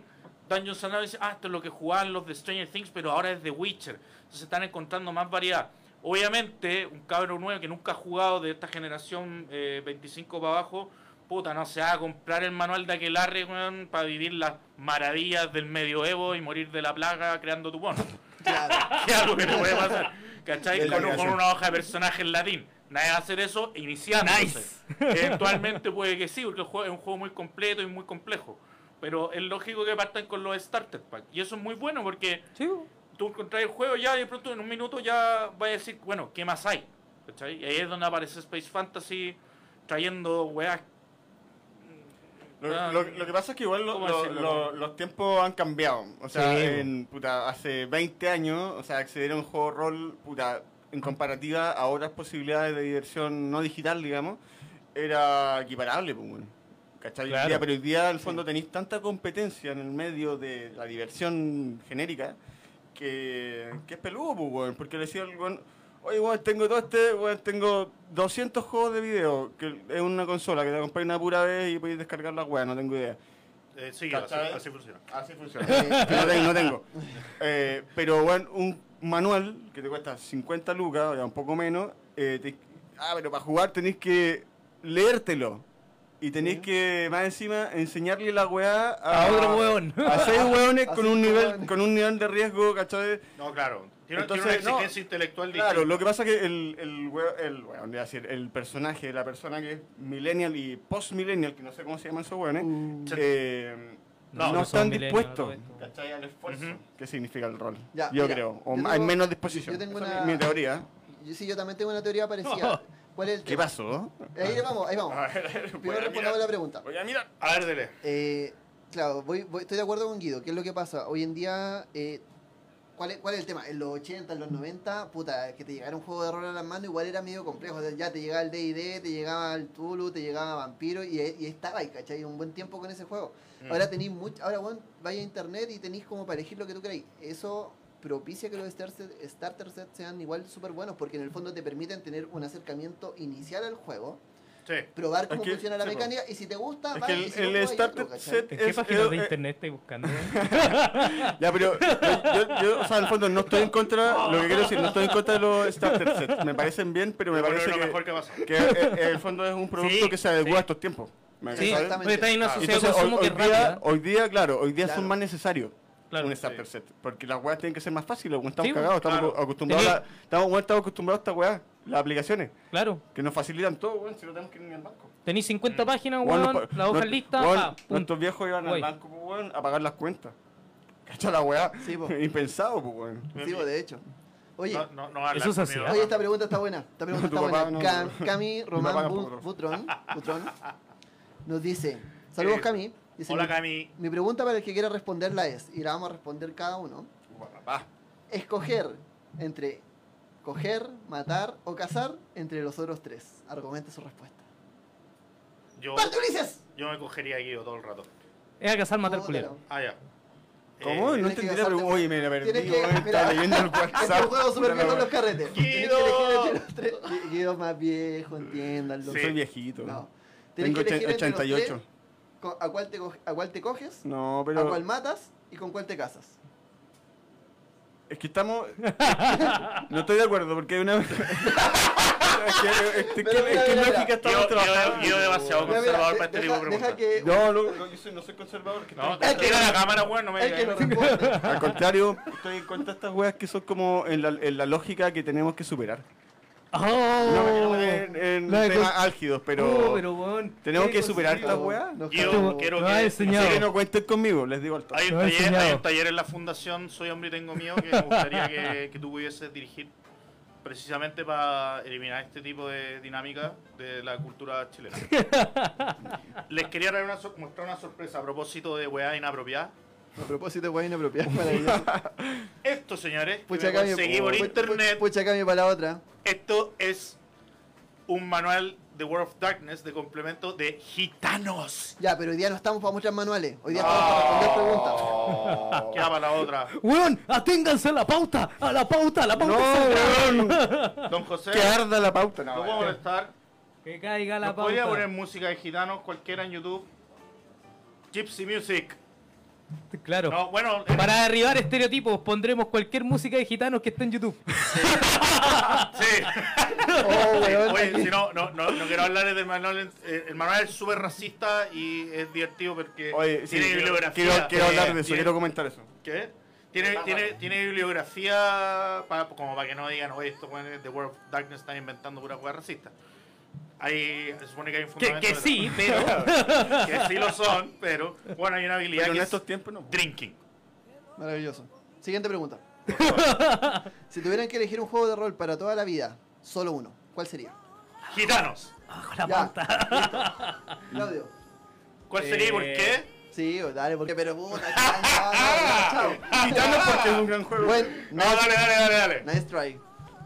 Dungeons and Dragons, ah, esto es lo que jugaban los de Stranger Things, pero ahora es The Witcher. Entonces están encontrando más variedad. Obviamente, un cabro nuevo que nunca ha jugado de esta generación eh, veinticinco para abajo, puta, no se va a comprar el manual de Aquelarre, weón, para vivir las maravillas del medioevo y morir de la plaga creando tu mono. Claro. Que es algo que te puede pasar, ¿cachai? Es la Con, con creación. una hoja de personaje en latín. Nadie va a hacer eso iniciándose. Eventualmente puede que sí, porque el juego es un juego muy completo y muy complejo. Pero es lógico que partan con los starter packs. Y eso es muy bueno porque Sí, tú encontrás el juego ya y de pronto en un minuto ya vas a decir, bueno, ¿qué más hay? ¿Cachai? Y ahí es donde aparece Space Fantasy trayendo weas. Lo, lo- lo que pasa es que igual lo- ¿Cómo lo- decirlo? lo- los tiempos han cambiado. O sea, Sí, en, puta, hace veinte años, o sea, acceder a un juego de rol, puta, en comparativa a otras posibilidades de diversión no digital, digamos, era equiparable, pues, bueno. ¿Cachai? Hoy Claro. día, pero hoy día, al fondo, tenéis tanta competencia en el medio de la diversión genérica que, que es peludo, pues, weón. Porque le decía al weón, oye, weón, tengo todo este, weón, tengo doscientos juegos de video, que es una consola que te compras una pura vez y podéis descargar la weá, no tengo idea. Eh, sí, ¿Cachai? así, así funciona. Así funciona. Que no tengo, no tengo. Eh, pero, bueno, un manual que te cuesta cincuenta lucas, o ya un poco menos, eh, te- ah, pero para jugar tenéis que leértelo. Y tenéis que, más encima, enseñarle la weá a, A otro weón. A seis weones A con cinco un nivel weones. con un nivel de riesgo, ¿cachai? No, claro. Tiene, Entonces, tiene una no, exigencia intelectual Claro, distinta. lo que pasa es que el, el, wea- el, weón, iba a decir, el personaje, la persona que es millennial y post-millennial, que no sé cómo se llaman esos weones, Uh, eh, No, no, no son están millennials, dispuestos, Roberto. ¿cachai? Al esfuerzo. Ujú. ¿Qué significa el rol? Ya, yo mira, creo. O yo hay tengo- menos disposición. yo tengo Esa una- es mi teoría. yo, sí, yo también tengo una teoría parecida. ¿Cuál es el ¿Qué tema? pasó? Ahí vamos, ahí vamos. A ver, Primero voy a respondamos mirar. la pregunta. Voy a mirar. A ver, dele. Eh, claro, voy, voy- estoy de acuerdo con Guido. ¿Qué es lo que pasa? Hoy en día, eh, ¿cuál, es, ¿cuál es el tema? En los ochenta, en los noventa, puta, que te llegara un juego de rol a las manos igual era medio complejo. O sea, ya te llegaba el D and D, te llegaba el Tulu, te llegaba Vampiro y, y estaba ahí, ¿cachai? Un buen tiempo con ese juego. Mm. Ahora tenéis mucho, ahora bueno, vaya a internet y tenéis como para elegir lo que tú queráis. Eso propicia que los starter, starter sets sean igual súper buenos porque en el fondo te permiten tener un acercamiento inicial al juego, Sí. probar cómo Es que- funciona la sí, po. mecánica y si te gusta, Es vale, que y el, si no, el jugáis starter otro, ¿cachai? set ¿En qué es... páginas es- de es- internet estáis buscando? Ya, pero yo, yo, yo, o sea, en el fondo no estoy en contra, lo que quiero decir, no estoy en contra de los starter sets. Me parecen bien, pero me Bueno, parece es lo que, mejor que pasa. que eh, en el fondo es un producto Sí, que se adecua sí. a estos tiempos. ¿Me Sí, cachai? exactamente. Oye, está en una Ah, sociedad de Entonces, hoy, consumo que hoy es día, rápida. hoy día, claro, hoy día Claro. son más necesarios Claro, un starter sí. set. Porque las weas tienen que ser más fáciles, como estamos Sí, cagados, estamos claro. acostumbrados, Tenés- a, estamos, weón, estamos acostumbrados a esta weá, las aplicaciones, Claro. que nos facilitan todo, weón, si no tenemos que ir ni al banco. Tenéis cincuenta páginas, Weón, weón, nos pa- la hoja nos- lista, weón, pa, pum. nuestros viejos iban Guay. al banco, pues, weón, a pagar las cuentas. ¿Cachai la weá? Sí, po. Impensado, pues, weón. Sí, po, de hecho. Oye, No, no, no va a hablar Eso es con así, mi ¿eh? papá. oye, esta pregunta está buena. Esta pregunta Tu está papá buena. no- Cam- Cami no Román paga Bu- por- Butrón, Butrón nos dice: Saludos, Eh, Cami. Dice, Hola, mi, Cami. mi pregunta para el que quiera responderla es, y la vamos a responder cada uno: Papá. escoger entre coger, matar o cazar entre los otros tres. Argumente su respuesta. Yo, ¡Parte, Ulises! yo me cogería a Guido todo el rato. Es a cazar, matar Puta, culero. Ah, ya. ¿Cómo? Eh, no tienes que entendí la casarte, pregunta. Oye, me la Tienes perdí, que- weón. mira, Estaba leyendo el Este WhatsApp. juego súper Puta bien la con los weá. carretes. Tienes que Guido. elegir entre los tres. Gui- Guido es más viejo, entiéndanlo. Sí. Soy viejito. No. Tienes Tengo que elegir entre los ochenta y ocho. tres co- ¿A cuál te, co- a cuál te coges? No, ¿A pero cuál matas? ¿Y con cuál te casas? es que estamos... No estoy de acuerdo, porque hay una... es que, es que, Pero es mira, que mira, lógica mira. estamos Guido, trabajando. Guido, Guido demasiado Mira, mira, conservador de- para este deja- tipo de deja preguntas. que- No, no, no, yo soy- no soy conservador. Que No, estoy- te tira la cámara, weón, no me El que lo digas. responde. Al contrario, estoy en contra de estas weas que son como en la, en la lógica que tenemos que superar. ¡Oh! No me quiero meter en, en No, temas cos- álgidos, pero, Oh, pero, weón, tenemos qué que superar conseguido. estas weas. Nos Guido, cagamos. quiero Me ha que... enseñado. Así que no cuenten conmigo, les digo al toque. Hay un, Lo he taller, hay enseñado. un taller en la fundación Soy Hombre y Tengo Miedo que me gustaría que, que tú pudieses dirigir precisamente para eliminar este tipo de dinámica de la cultura chilena. Les quería traer una sor- mostrar una sorpresa a propósito de weá inapropiada. A propósito, weá inapropiada, maravilloso. Esto, señores, que Pucha, me Cami, conseguí por pu- pu- internet. Pucha, Cami, para la otra. Esto es un manual de World of Darkness de complemento de gitanos. Ya, pero hoy día no estamos para mostrar manuales. Hoy día estamos para responder preguntas. Queda para la otra. Weón, aténganse a la pauta, a la pauta, a la pauta. No, sagrada. weón. Don José, Que arda la pauta. no No, puedo molestar. Que caiga la ¿Nos pauta. podría poner música de gitanos cualquiera en YouTube? Gypsy Music. Claro. No, bueno, eh, Para derribar estereotipos, pondremos cualquier música de gitanos que esté en YouTube. sí. Oh, weón, Oye, aquí. si no, no, no, no quiero hablar del manual. eh, El manual es súper racista y es divertido porque Oye, sí, tiene quiero, bibliografía. quiero, quiero eh, hablar de eso, tiene- quiero comentar eso. ¿Qué? Tiene, tiene, tiene bibliografía pa- como para que no digan, oye, estos weones de World of Darkness están inventando pura hueá racista. Hay, se supone que hay un Que, fundamento. que de- sí, pero... que sí lo son, pero bueno, hay una habilidad Pero en que es estos tiempos no. drinking. Maravilloso. Siguiente pregunta. Si tuvieran que elegir un juego de rol para toda la vida, solo uno, ¿cuál sería? Gitanos. Bajo la Ya. punta. Claudio. ¿Cuál sería y por Eh, qué? Sí, dale, porque pero puta, ya, ya, ya, chao. Gitanos porque es un gran juego. Bueno, No, dale, dale, dale, dale. nice try.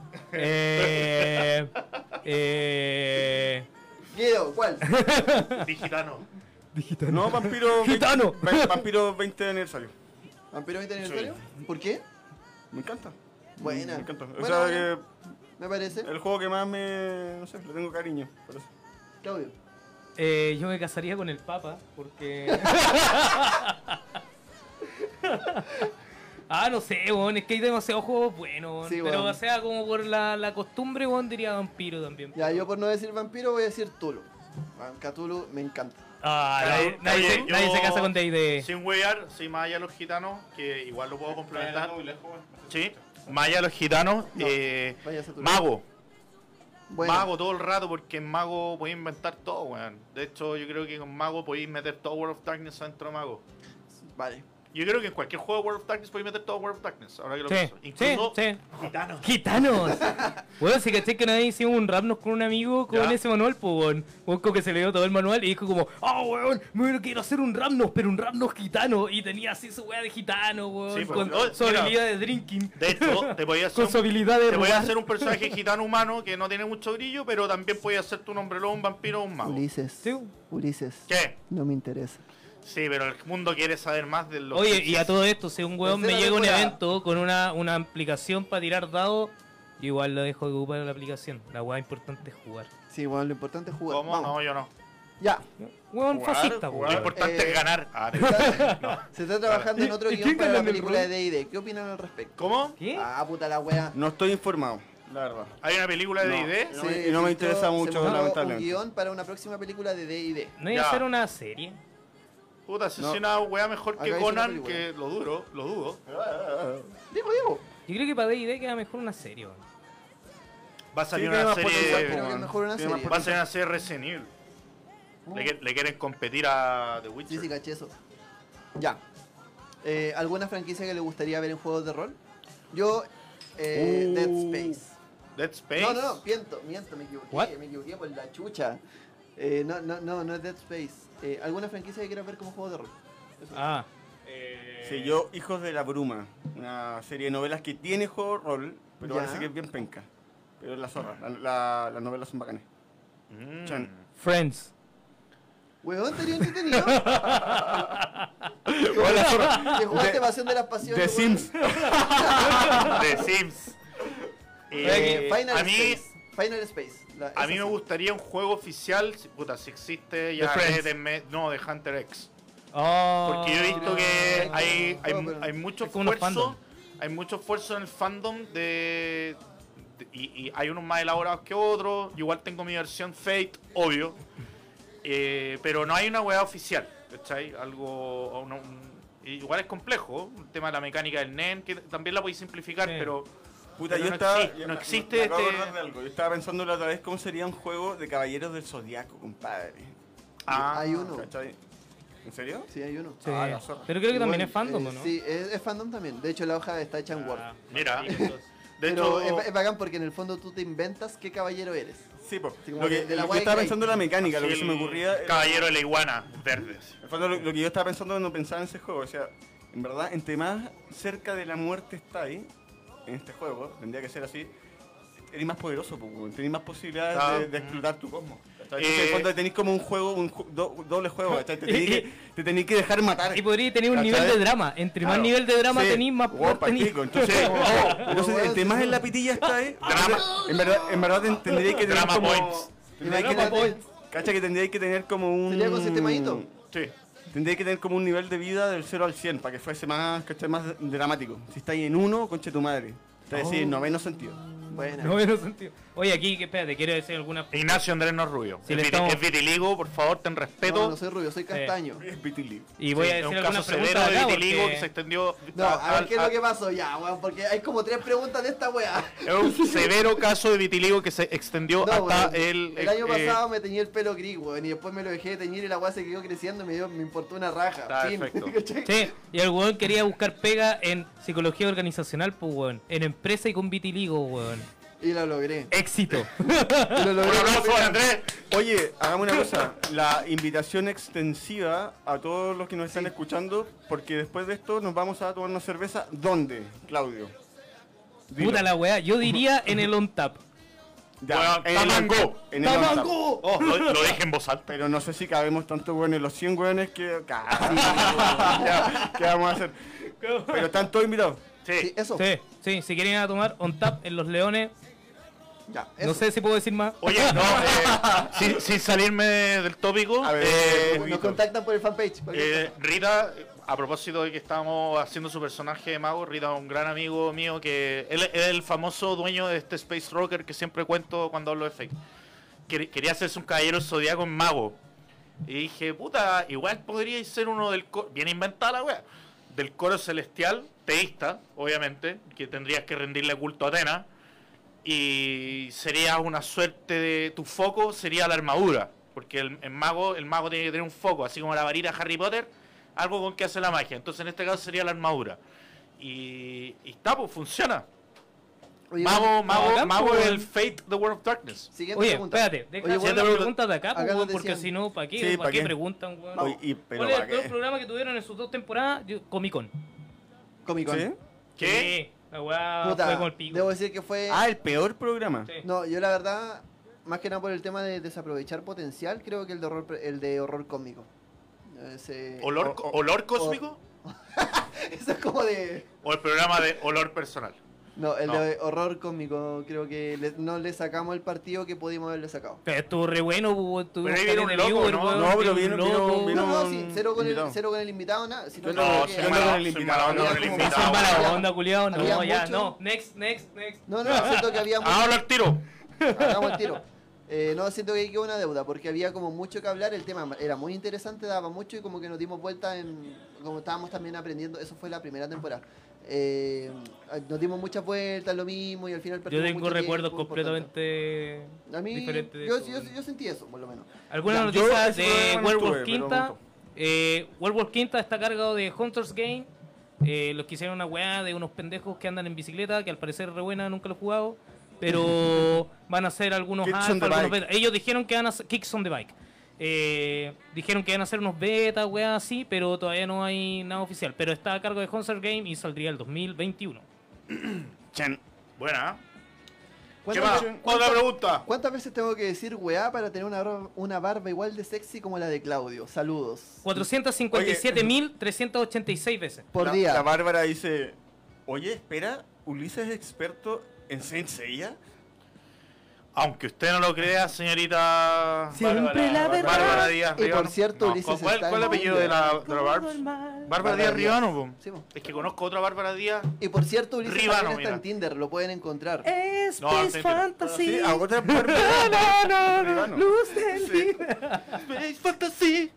Eh... Eh... Guido, ¿cuál? Di gitano. No, Vampiro. Gitano. veinte, Vampiro veinte de aniversario. ¿Vampiro veinte aniversario? ¿Por qué? Me encanta. Buena. Me encanta. O Bueno, sea bueno, que me parece. el juego que más me. No sé, le tengo cariño. Por eso. Claudio. Eh, yo me casaría con el Papa, porque... ah, no sé, weón, es que hay demasiados juegos buenos, weón. Sí, Pero weón. o sea, como por la, la costumbre, weón, diría Vampiro también. Ya, yo por no decir vampiro voy a decir Tulu. Cthulhu me encanta. Ah, Claro, nadie, nadie oye, se, nadie yo- se casa con D and D. Sin huear, sí, más allá de los gitanos, que igual lo puedo complementar. Sí, más allá de los gitanos, No, eh, vaya a ser Tulu. mago. Bueno, Mago todo el rato, porque en mago podéis inventar todo, weón. De hecho, yo creo que con mago podéis meter todo World of Darkness dentro de mago. vale. Yo creo que en cualquier juego de World of Darkness podéis meter todo World of Darkness. Ahora que lo Sí, pienso. Incluso sí, sí. gitanos. ¡Gitanos! Weón, si caché que una vez hicimos un rapnos con un amigo con Ya. ese manual, pues, weón. Weón, como que se le dio todo el manual y dijo como, oh, weón, me quiero hacer un rapnos, pero un rapnos gitano. Y tenía así su weá de gitano, weón, Sí, pues, con no, su mira. habilidad de drinking. De hecho, te podías hacer Con su un, habilidad de te podías robar. hacer un personaje gitano humano que no tiene mucho brillo, pero también podías ser un hombre lobo, un vampiro o un mago. Ulises. Sí. Ulises. ¿Qué? No me interesa. Sí, pero el mundo quiere saber más de los... Oye, y a todo esto, si un weón me Tercera llega a un temporada. evento con una, una aplicación para tirar dados, yo igual lo dejo de ocupar la aplicación. La weá importante es jugar. Sí, bueno, lo importante es jugar. ¿Cómo? Vamos. No, yo no. Ya. Weón Jugar, fascista, jugar. Lo weón. importante Eh, es ganar. Ah, Se está, se está trabajando en otro ¿Y guión quién para la ganando el película de rol? D and D. ¿Qué opinan al respecto? ¿Cómo? ¿Qué? Ah, puta la wea. No estoy informado, la verdad. ¿Hay una película de No. D and D? No me- y no me interesa filtró- mucho, se mostró lamentablemente. un guión para una próxima película de D and D. ¿No iba a Ya. hacer una serie? Puta, si No. es una wea mejor Acá que dice una Conan, película. que lo duro, lo dudo. Digo, digo. Yo creo que para D and D queda mejor una serie, weón. Va a salir Sí, tiene una más potencial, serie... Creo que es weón. mejor una Tiene más serie. Va a ser una serie Resident Evil. Le, qui- le quieren competir a The Sí, Witcher. sí, caché eso. Ya. Eh, ¿Alguna franquicia que le gustaría ver en juegos de rol? Yo, eh, Uh. Dead Space. Dead Space. No, no, no, miento, miento, me equivoqué, What? me equivoqué por la chucha. Eh, no, no, no, no es Dead Space. Eh, ¿Alguna franquicia que quieras ver como juego de rol? Eso. Ah. Sí, yo, Hijos de la Bruma, una serie de novelas que tiene juego de rol, pero Ya. parece que es bien penca. Pero es la zorra, la- la- las novelas son bacanes. Mm. Chan. Friends. Weón, estaría entretenido. Que jugaste The- Pasión de las Pasiones. The weón. Sims. The Sims. Eh, Eh, Final a mí, Space. Final Space. La- a esa mí me sí. gustaría un juego oficial, si- puta, si existe ya The Friends. métanme- no, de Hunter X. Oh. Porque yo he visto que no, hay, hay, no, pero- hay mucho es como unos esfuerzo, fandom. hay mucho esfuerzo en el fandom de, de- y, y hay unos más elaborados que otros. Yo igual tengo mi versión Fate, obvio, eh, pero no hay una weá oficial, ¿cachai? Algo, o no- un- igual es complejo, el tema de la mecánica del N E N, que también la podéis simplificar, Sí. pero Puta, Pero yo no estaba. existe- yo no me- existe me acabo de este- acordar de algo. Yo estaba pensando la otra vez cómo sería un juego de Caballeros del Zodiaco, compadre. ah, Hay uno. ¿Cachai? ¿En serio? Sí, hay uno. Sí. Ah, la zorra. Pero creo que también Igual, es fandom, eh, ¿o no? Sí, es, es fandom también. De hecho, la hoja está hecha en Word. Ah, mira, de Pero hecho, es, es bacán porque en el fondo tú te inventas qué caballero eres. Sí, pues. Sí, como Lo de- que, de la lo que guay estaba que hay. pensando en la mecánica, lo que sí, se me el ocurría. era- Caballero de la Iguana, verdes. En el fondo, lo, lo que yo estaba pensando cuando pensaba en ese juego, o sea, en verdad, entre más cerca de la muerte está ahí, en este juego, tendría que ser así, eres más poderoso, pues, weón, tenés más posibilidades Ah. de, de explotar tu cosmos. ¿cachai? Eh, Entonces, en el fondo tenéis como un juego, un ju- do- doble juego, ¿cachai? Te tenéis que, te tenéis que dejar matar. Y podría tener un ¿Cachai? nivel de drama. Entre más Claro. nivel de drama Sí, tenéis, más weón, poder tenéis. palpico. Entonces, Como- entonces como entre weón, más sí, en la sí. pitilla está ahí, Drama. en verdad, en verdad ten- tendríais que tener Drama como... points. Tendríais que Imagínate. tener, ¿cachai? Que tendríais que tener como un... Sería con sistemadito. Sí. Tendría que tener como un nivel de vida del cero al cien para que fuese más, ¿cachai? Más dramático. Si estáis en uno, conche tu madre. Te decís, Oh. noveno sentido. Buena. No menos sentido. Oye, aquí, que espérate, quiero decir alguna. Ignacio Andrés no es rubio. Si es, le viti- estamos- es vitiligo, por favor, ten respeto. No, no soy rubio, soy castaño. Es vitiligo. Y voy Sí, a es decir un algunas caso severo preguntas de acá vitiligo porque- que se extendió. No, a ver al- qué es al- lo que pasó ya, weón, porque hay como tres preguntas de esta weá. Es un severo caso de vitiligo que se extendió No, hasta weón, el. el año eh, pasado me teñí el pelo gris, weón, y después me lo dejé de teñir y la weá se quedó creciendo y me, dio, me importó una raja. Está Fin. perfecto. ¿Cachai? Sí, y el weón quería buscar pega en psicología organizacional, pues weón. En empresa y con vitiligo, weón. Y lo logré. Éxito. Y lo logré. Un aplauso para Andrés. Oye, hagamos una cosa. La invitación extensiva a todos los que nos están escuchando, porque después de esto nos vamos a tomar una cerveza. ¿Dónde, Claudio? Dilo. Puta la weá, yo diría en el on tap. Ya, Bueno, en el- Tamango. en el OnTap. ¡Tamango! Oh, lo, lo dije en voz alta. Pero no sé si cabemos tanto weones, los cien weones que... Casi, ya, ¿qué vamos a hacer? Pero están todos invitados. Sí. Sí, eso. Sí, sí, si quieren ir a tomar on tap en Los Leones, Ya, no eso. sé si puedo decir más. Oye, no, eh, sin, sin salirme del tópico, A ver, eh, Nos contactan por el fanpage. cualquier eh, Rita, a propósito de que estábamos haciendo su personaje de mago, Rita es un gran amigo mío que él es el famoso dueño de este Space Rocker que siempre cuento cuando hablo de Fake. Quer- Quería hacerse un caballero zodiaco en mago. Y dije, puta, igual podría ser uno del coro, bien inventada la wea, del coro celestial, teísta, obviamente, que tendrías que rendirle culto a Atena. Y sería una suerte de tu foco sería la armadura, porque el, el mago el mago tiene que tener un foco, así como la varita de Harry Potter, algo con que hace la magia. Entonces en este caso sería la armadura. Y, y está, pues funciona. Oye, Mago, mago, bacán, mago pues, es el weón. Fate, the World of Darkness. Siguiente Oye, pregunta. espérate, deja Oye, hacer bueno, las pregunta- preguntas de acá, acá pues, nos weón, porque decían- si no, ¿para qué? Sí, ¿Para ¿pa' qué qué? preguntan, weón? Oye, y- pero ¿Cuál es ¿pa' el peor qué? programa que tuvieron en sus dos temporadas? Yo- Comic Con. Comic Con. ¿Sí? ¿Qué? Sí, la weá Puta, fue con el pico. debo decir que fue... Ah, el peor programa. Sí. No, yo la verdad, más que nada por el tema de desaprovechar potencial, creo que el de horror, pre- el de horror cómico. Ese... ¿Olor, o- o- olor cósmico? Eso es como de... ¿O el programa de olor personal? No, el No. de horror cómico, creo que le- no le sacamos el partido que pudimos haberle sacado. Pero estuvo re bueno, pues, estuvo Pero ahí viene un loco, ¿no? No, pero viene- un vino- loco. vino- No, no, un sí, cero con, el, invitado. cero con el invitado, nada. Sino Yo que- no- que- yo soy no mala- con el soy invitado, mala onda no, con el como- invitado. Son mala Había- onda, culiao. No, había ya, mucho- no. Next, next, next. No, no, siento que había mucho... ¡Ah, al tiro! Hagamos el tiro. Eh, no, siento que quedó una deuda, porque había como mucho que hablar, el tema era muy interesante, daba mucho y como que nos dimos vuelta en... Como estábamos también aprendiendo, eso fue la primera temporada. Eh, nos dimos muchas vueltas, lo mismo, y al final Yo perdimos tengo mucho recuerdos tiempo, importante. completamente A mí, diferentes de yo, eso, yo, weón. yo sentí eso, por lo menos. ¿Alguna Ya, yo noticia ese de programa no Werewolf estuve, pero Quinta? me gustó. Eh, Werewolf Quinta está a cargo de Hunter's Game. Eh, los que hicieron una weá de unos pendejos que andan en bicicleta, que al parecer es re buena, nunca lo he jugado. Pero van a hacer algunos Kicks alfa, on the algunos bike. beta. Ellos dijeron que van a hacer Kicks on the Bike. Eh, dijeron que van a hacer unos betas, weá, así, pero todavía no hay nada oficial. Pero está a cargo de Hunter's Game y saldría el dos mil veintiuno. Chen. Buena. ¿Qué ¿Cuántas, más? ve- Otra cuántas- pregunta. cuántas veces tengo que decir weá para tener una, barba- una barba igual de sexy como la de Claudio? Saludos. cuatrocientos cincuenta y siete mil trescientos ochenta y seis veces. Por la, día. La Bárbara dice, oye, espera, Ulises es experto en Saint Seiya. Aunque usted no lo crea, señorita Siempre la verdad. Bárbara Díaz Y por Rivano. cierto, No, Ulises ¿cuál, está ¿Cuál es el en apellido de la, Tinder. de la Barbs? Bárbara Díaz Díaz. Rivano, po. Sí, po. Es que conozco otra Bárbara Díaz. Y por cierto, Ulises Rivano, también está mira. en Tinder, lo pueden encontrar. Space No, no sé, Fantasy. Sí, a otra Bárbara Rivano. Luz del Sí. día. Space Fantasy.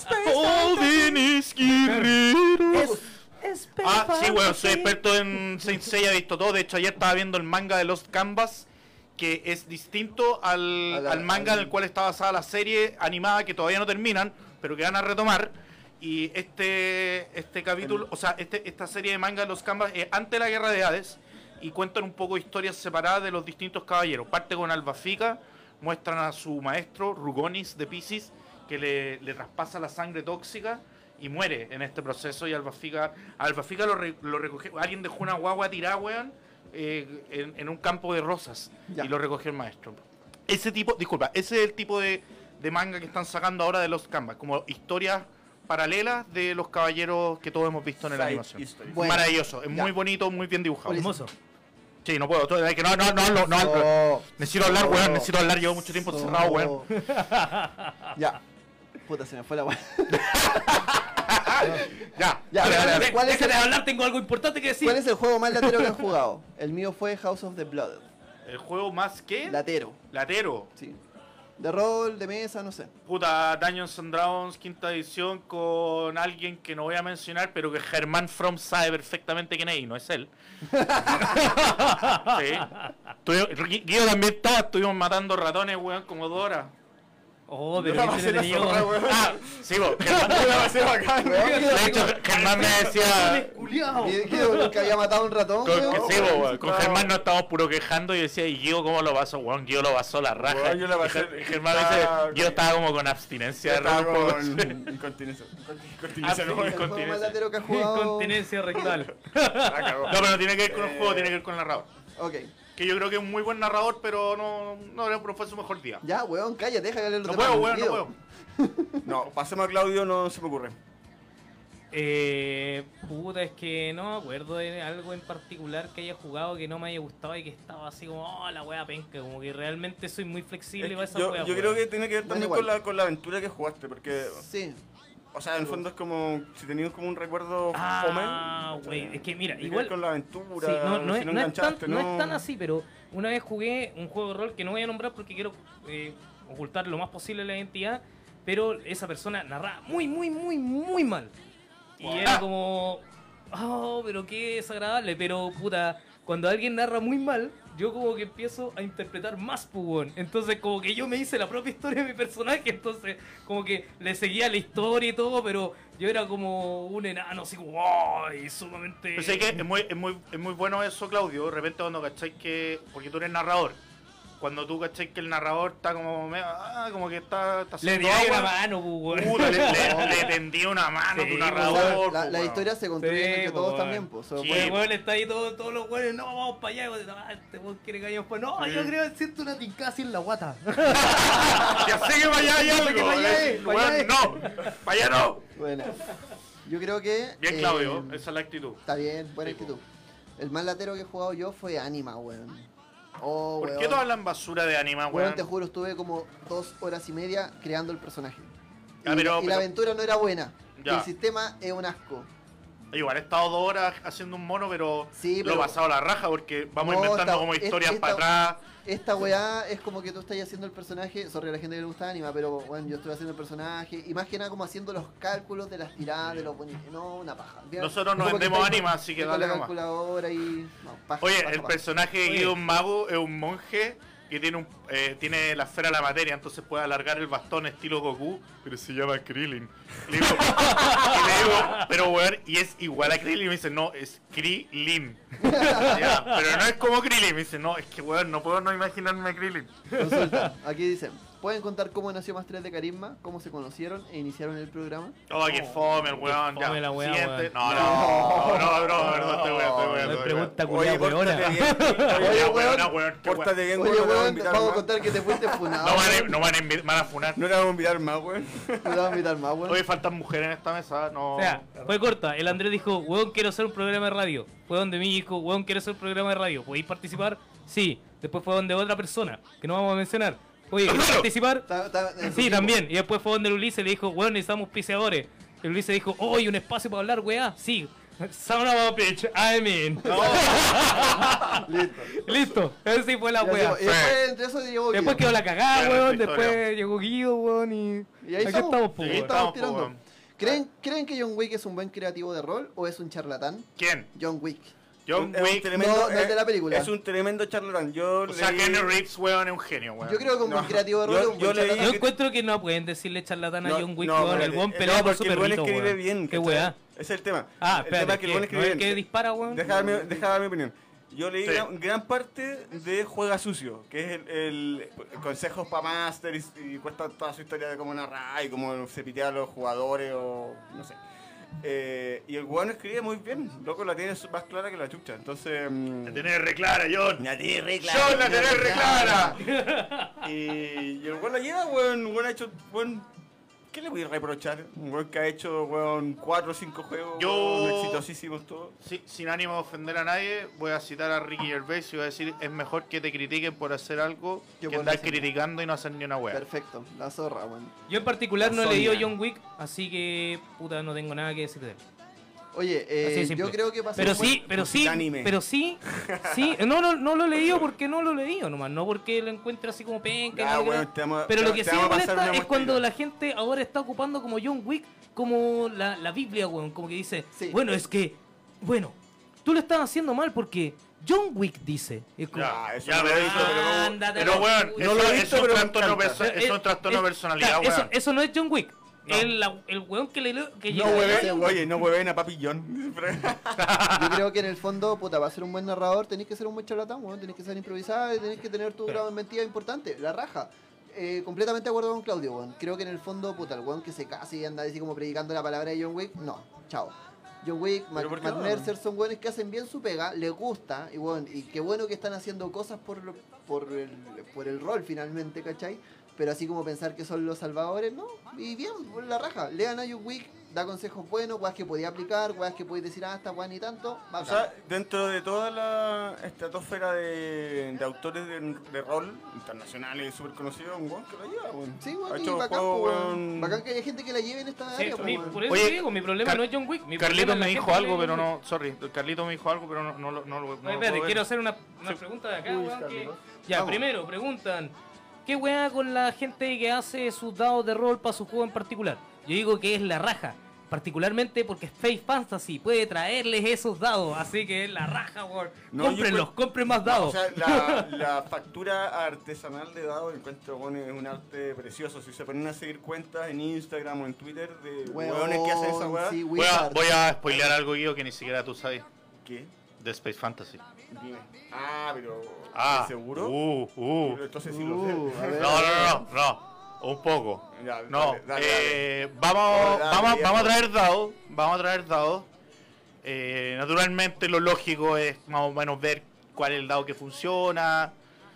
Jóvenes guerreros. Space Ah, sí, bueno, Fantasy. soy experto en Saint Seiya, he visto todo. De hecho, ayer estaba viendo el manga de Lost Canvas, que es distinto al, A la- al manga al- en el cual está basada la serie animada, que todavía no terminan, pero que van a retomar. Y este este capítulo, o sea, este, esta serie de manga de Lost Canvas es antes de la Guerra de Hades y cuentan un poco historias separadas de los distintos caballeros. Parte con Albafica, muestran a su maestro, Rugonis de Pisces, que le, le traspasa la sangre tóxica y muere en este proceso. Y Albafica, Albafica lo, re- lo recogió, alguien dejó una guagua tirada, weón, eh, en, en un campo de rosas, Ya. y lo recogió el maestro. Ese tipo, disculpa, ese es el tipo de, de manga que están sacando ahora de los Canvas, como historias paralelas de los caballeros que todos hemos visto en la Side animación. history. Bueno, Maravilloso, es ya. muy bonito, muy bien dibujado. Ulises. Hermoso. Sí, no puedo, todo- es que no, no, no, no, no, Oh, necesito hablar, oh, weón, necesito hablar, llevo mucho tiempo oh. encerrado, weón. Ya. Puta, se me fue la weá. Ya, Ya, dale, dale, dale. ¿cuál es Déjate el- de hablar, tengo algo importante que decir. ¿Cuál es el juego más latero que han jugado? El mío fue House of the Blood. El juego más que Latero, latero. sí. De rol, de mesa, no sé. Puta, Dungeons and Dragons, quinta edición, con alguien que no voy a mencionar, pero que Germán From sabe perfectamente quién es y no es él. Sí. Estuvimos- Guido también estaba, estuvimos matando ratones, weón, como dos horas. Oh, Yo pero la qué pasé la entretenido. zorra, weón. Ah, sí, vos. Germán- Yo la pasé bacán. De hecho, Germán me decía... Y que, que había matado a un ratón, Con, weón. que sí, weón, weón, con no. Germán nos estábamos puro quejando y decía, ¿y Guido cómo lo pasó? Weón, Guido lo pasó la raja. Weón, yo la Y pasé- Ger- y Germán me estaba- dice, Guido estaba como con abstinencia de Estaba rol. con incontinencia. Incontinencia, Ah, no, sí, El juego más latero que has jugado. Continencia rectal. la cagó. No, pero no tiene que ver con el Eh, juego, tiene que ver con el narrador. Ok. Que yo creo que es un muy buen narrador, pero no, no, no fue su mejor día. Ya, weón, cállate, déjale leer los No demás, puedo, weón, no Guido. puedo. No, pasemos a Claudio, no se me ocurre. Eh, puta, es que no me acuerdo de algo en particular que haya jugado que no me haya gustado y que estaba así como, oh, la wea penca, como que realmente soy muy flexible para esa yo wea. yo weón. creo que tiene que ver también igual. con la, con la aventura que jugaste, porque, Sí. o sea, en el fondo es como si tenías como un recuerdo Ah, fome. güey, es que mira, tiene que igual... ver con la aventura, Sí, no, no, si es, no no es tan, enganchaste, no es tan así, pero una vez jugué un juego de rol que no voy a nombrar porque quiero eh, ocultar lo más posible la identidad, pero esa persona narraba muy, muy, muy, muy mal. Y era como, oh, pero qué desagradable, pero puta, cuando alguien narra muy mal, yo como que empiezo a interpretar más pugón. Entonces como que yo me hice la propia historia de mi personaje, entonces como que le seguía la historia y todo, pero yo era como un enano así como, ay, sumamente... Pero sé que es muy, es, muy, es muy bueno eso, Claudio. De repente cuando cacháis que... Porque tú eres narrador. Cuando tú cacháis que el narrador está como... medio- ah, como que está, está Le haciendo di una agua. mano, pugón. Puta, le, le, le tendí una mano a Sí, tu O sea, narrador. la, po, la weón. historia se construye Sí, entre po, todos weón. también, pues. Sí. El weón está ahí todo, todos los weones, no, vamos para allá. Y vos, ah, este weón quiere que vayamos para No, yo creo que siento una tincada así en la guata. Ya sé que para allá hay algo. que para allá eh, es, para weón, allá es. no, para allá no. Bueno, yo creo que. Bien, eh, Claudio, esa es la actitud. Está bien, buena Sí, po. actitud. El más latero que he jugado yo fue Anima, weón. Oh, ¿Por weón. qué todos hablan basura de anima, Weón, weón? te juro, estuve como dos horas y media creando el personaje. Ya, y, pero- y la pero- aventura no era buena. Ya. El sistema es un asco. Igual he estado dos horas haciendo un mono, pero Sí, lo he pero- pasado a la raja porque vamos No, inventando esta- como es- historias esta- para atrás. Esta weá es como que tú estás haciendo el personaje, sorry a la gente que le gusta Anima, pero bueno, yo estoy haciendo el personaje y más que nada como haciendo los cálculos de las tiradas, de los bonitos. No, una paja. Bien, Nosotros no como que vendemos estáis Anima, con- así que con dale la nomás. calculadora y. No, paja, Oye, paja, el paja. personaje de Oye. Guido Mago es un monje que tiene un eh, tiene la esfera de la materia, entonces puede alargar el bastón estilo Goku, pero se llama Krillin. Le digo, y le digo, pero weón, y es igual a Krillin, y me dice, no, es Krillin. Ya, pero no es como Krillin, me dice, no, es que weón, no puedo no imaginarme a Krillin. Consulta. Aquí dicen: ¿pueden contar cómo nació Más tres de Carisma? ¿Cómo se conocieron e iniciaron el programa? Oh, que fome el weón, ya. fome la weá, Siguiente. weón. No, no, no, no, verdad, estoy weón, estoy weón, Me estoy weón. pregunta Oye, culiada pórtate weona. bien. Oye, Oye, weón, weón, weón, qué weón. Pórtate bien, Oye, weón, no te vamos a weón, te invitar vamos a más. contar que te fuiste funado. No van a, weón. no van a, invi- van a funar. No te vamos a invitar más, weón. No te vamos a invitar más, weón. Oye, faltan mujeres en esta mesa, no. O sea, fue corta. El Andrés dijo, weón, quiero hacer un programa de radio. Fue donde mí dijo, weón, quiero hacer un programa de radio. ¿Podéis participar? Sí. Después fue donde otra persona, que no vamos a mencionar. Oye, ¿quieres participar? Ta- ta- en su Sí, tiempo. también. Y después fue donde el Ulises le dijo, weón, necesitamos piseadores. El Ulises dijo, oh, ¿y un espacio para hablar, weá? Sí. Son of a bitch, I mean. Listo. Listo. Esa sí fue la Y, weá. así- y después entre eso llegó Después Guido. quedó la cagada, Claro, weón. esta historia. Después llegó Guido, weón. Y, Y ahí aquí estamos. estamos, po, Sí, Ahí weón. estamos estamos, tirando. po, weón. ¿Creen, ¿Creen que John Wick es un buen creativo de rol o es un charlatán? ¿Quién? John Wick. John Es un Wick. tremendo- No, no es de la eh, película. Es un tremendo charlatán. Yo O sea, leí- Kenny Reeves, weón, es un genio, weón. Yo creo que un buen No, creativo de rol yo- es un yo buen leí- charlatán. Yo encuentro que no pueden decirle charlatán a No, John Wick, no, weón. pero, El buen eh, pelea no, por porque su el buen perrito, escribe weón. bien. Qué ¿cachai? weá. Ese es el tema. Ah, el tema espérate, es que el buen ¿qué? ¿No escribe es el bien. que dispara, weón? Déjame, déjame dar mi opinión. Yo leí Sí. gran, gran parte de Juega Sucio, que es el, el- consejos para Master y, y cuesta toda su historia de cómo narrar y cómo se pitea a los jugadores o no sé. Eh, y el weón escribe muy bien, loco, la tiene más clara que la chucha. Entonces. mm, La tenés re clara, John. La tiene re clara. John, la tenés re clara. Y, y el weón la lleva, weón. El weón ha hecho. Weón, ¿Qué le voy a reprochar? Un weón que ha hecho, weón, cuatro o cinco juegos, Yo- weón, exitosísimos todos. Sí, sin ánimo de ofender a nadie, voy a citar a Ricky Gervais y voy a decir, es mejor que te critiquen por hacer algo Que que por andar hacer- criticando y no hacer ni una wea. Perfecto, la zorra, weón. Yo en particular La no he leído Sonia. John Wick, así que puta no tengo nada que decir de él. Oye, Así de eh, simple. yo creo que pasó Pero un buen- sí, pero sí, anime. pero sí, sí, no, no, no lo he leído porque no lo he leído nomás, no porque lo encuentre así como penca. Ya, no lo weón, creo. te vamos- Pero te- lo que te sí me vamos a pasar molesta una es cuando muestrita. la gente ahora está ocupando como John Wick como la, la Biblia, weón, como que dice, Sí. bueno, es que, bueno, tú lo estás haciendo mal porque John Wick dice. Es como, Ya, eso Ya, no lo he pero visto, eso- pero como- ándate Pero a la weón, chucha. no lo he eso visto, es un pero me trastorno, encanta. perso- es un trastorno de Eh, personalidad, claro, eso, weón. eso no es John Wick. No. El, la- el weón que le que No llega- hueven, oye, no hueven a Papi John. Yo creo que en el fondo, puta, para ser un buen narrador tenés que ser un buen charlatán, weón. Tenés que ser improvisado y tenés que tener tu grado de mentira importante. La raja. Eh, completamente de acuerdo con Claudio, weón. Creo que en el fondo, puta, el weón que se casa y anda así como predicando la palabra de John Wick, no, chao. John Wick, Mac, ¿Pero por qué Matt no? Mercer son weones que hacen bien su pega, les gusta, y weón, y qué bueno que están haciendo cosas por, lo- por, el, por el rol finalmente, ¿cachai? Pero así como pensar que son los salvadores, no. Y bien, por la raja. Lean a John Wick, da consejos buenos, weas que podía aplicar, weas que podéis decir, ah, esta wea ni tanto. O Bacán. sea, dentro de toda la estratosfera de, de autores de, de rol internacionales súper conocidos, un weón que lo lleva, weón. Sí, Ha weón, y hecho bacán, juegos, po, weón. weón. Bacán que haya gente que la lleve en esta Sí, área, po, mi- weón. por eso Oye, digo, mi problema Car- no es John Wick. Mi Carlito problema me es la dijo gente algo, que pero lee no, sorry, Carlito me dijo algo, pero no, no, lo- no, lo- no, Oye, lo espérate, puedo ver. quiero hacer una, una Sí. pregunta de acá, Uy, weón, está que- bien, ¿no? Ya, Vamos. primero, preguntan, ¿qué weá con la gente que hace sus dados de rol para su juego en particular? Yo digo que es la raja, particularmente porque Space Fantasy puede traerles esos dados, así que es la raja, weón. No, yo Cómprenlos, encuent- compren más No, dados. o sea, la, la factura artesanal de dados encuentro, bueno, es un arte precioso. Si se ponen a seguir cuentas en Instagram o en Twitter de Weón, weones que hacen esa weá, sí, Voy a, Wizard. voy a spoilear algo, Guido, que ni siquiera tú sabes. ¿qué? De Space Fantasy. Dime. Ah, pero Ah, ¿estás seguro? Uh, uh. Pero entonces sí lo Uh, sé. a ver. No, no, no, no. Un poco. Ya, No, dale, dale, eh, vamos, Dale, dale, vamos, viejo. vamos a traer dados. Vamos a traer dados. Eh, naturalmente, lo lógico es más o menos ver cuál es el dado que funciona.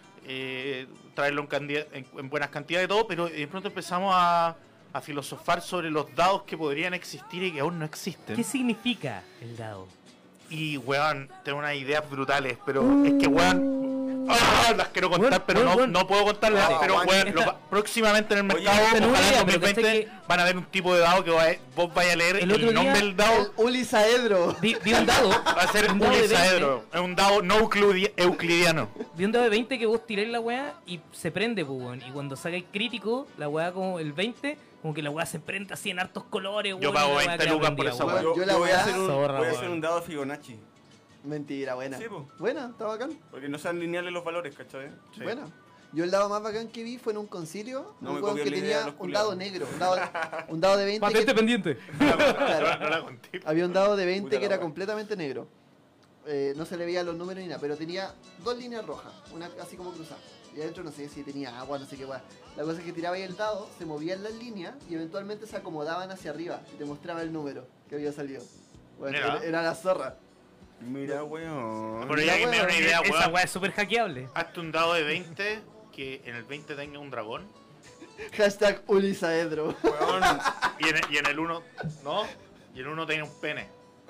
Eh, traerlo en, cantidad- en, en buenas cantidades y todo. Pero de pronto empezamos a, a filosofar sobre los dados que podrían existir y que aún no existen. ¿Qué significa el dado? Y, weón, tengo unas ideas brutales, pero es que, weón, ¡ah! las quiero contar, Weón, pero weón, no, weón. no puedo contarlas. No, pero, aguante. weón, lo- próximamente en el Oye, mercado, tengo una ojalá en idea, pero dos mil veinte, ¿cachai van a ver un tipo de dado que va a- vos vais a leer El el, otro día, nombre del El dado, Ulisaedro. Vi, vi un dado. va a ser un un dado de hexaedro. Es un dado no euclidi- euclidiano. Vi un dado de veinte que vos tiráis la weá y se prende, pues, weón. Y cuando sacáis crítico, la weá como el veinte, como que la weá se prende así en hartos colores, weón. Yo pago y la weá veinte queda lucas por prendida, esa weón. weá. Yo, Yo la yo voy a weá- hacer un, Zorra, voy a weón. hacer un dado de Fibonacci. Mentira, buena. Sí, po. Buena, está bacán. Porque no sean lineales los valores, ¿cachai? Sí. Buena. Yo el dado más bacán que vi fue en un concilio. No un me weón copió que la idea tenía de los un culiados. dado negro. Un dado, un dado de veinte. Patente que- pendiente. claro, No la conté. había un dado de Puta veinte la que era wea. completamente negro. Eh, no se le veían los números ni nada, pero tenía dos líneas rojas, una así como cruzada. Y adentro no sé si tenía agua, no sé qué weá. La cosa es que tiraba ahí el dado, se movían las líneas y eventualmente se acomodaban hacia arriba y te mostraba el número que había salido. Bueno, Mira. era, era la zorra. Mira, weón. Por ahí Ya, me da weón, una idea, Esa weón. weá es súper hackeable. Hazte un dado de veinte que en el veinte tenga un dragón. Hashtag Ulisaedro. Weón. Y en, y en el uno, ¿no? Y en el uno tenga un pene.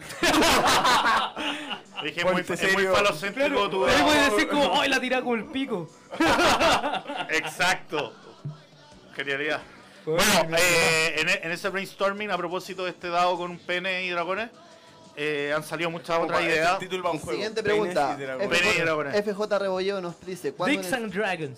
Dije, muy, Ponte es muy serio. falocéntrico tu Ahí dado. puedes decir como, ¡ay, la tira con el pico! Exacto. Genialidad. Bueno, eh, en, e- en ese brainstorming, a propósito de este dado con un pene y dragones, eh, han salido muchas otras Este ideas. título va a un juego. Siguiente Penes pregunta. y dragones. Pene y dragones. F J Rebolledo nos dice ¿cuándo Dicks en el- and Dragons.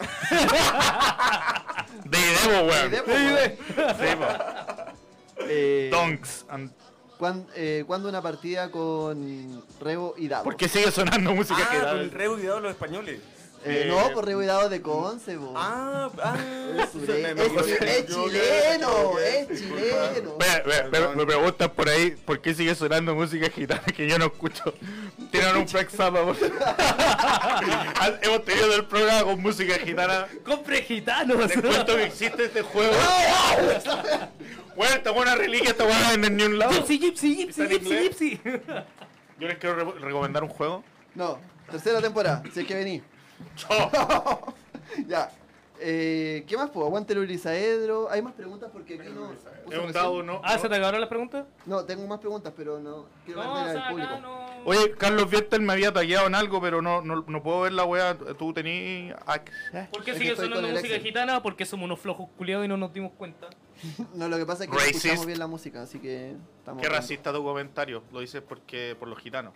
De Idemo, weón. De- de- Sí, po. eh, Donks. and- ¿cuán- eh, ¿Cuándo una partida con Rebo y Davo? ¿Por qué sigue sonando música Ah, que con da? el re cuidado de los españoles. Eh, Eh, no, por Rebo y Davo de Conce, bo. Ah, ah. Es, me- me es- equivoqué, es me equivoqué, chileno, me equivoqué, es disculpa. chileno. Me, me- me- me preguntan por ahí por qué sigue sonando música gitana que yo no escucho. Tienen un flex up, por favor. Hemos tenido el programa con música gitana. ¡Compre gitanos! Te cuento que existe este juego. Bueno, esta buena reliquia, esta buena en ningún lado. Gypsy, gypsy, gypsy, ¿Está en gypsy, inglés? gypsy. Yo les quiero re- recomendar un juego. No, tercera temporada, si es que vení. Yo. Ya. Eh, ¿Qué más puedo? Aguante el Urizaedro. Hay más preguntas porque aquí no. puse Es un recién. dado, ¿no? Ah, ¿se te acabaron las preguntas? No, tengo más preguntas, pero no. Quiero No, ver o del sea, público. acá no... Oye, Carlos Viertel me había tagueado en algo, pero no, no, no puedo ver la weá. ¿Tú tenías access? ¿Por qué Es que sigue estoy sonando con el música Excel. gitana? Porque somos unos flojos culiados y no nos dimos cuenta. No, lo que pasa es que no Racist. escuchamos bien la música, así que estamos. Qué hablando. racista tu comentario. Lo dices porque por los gitanos.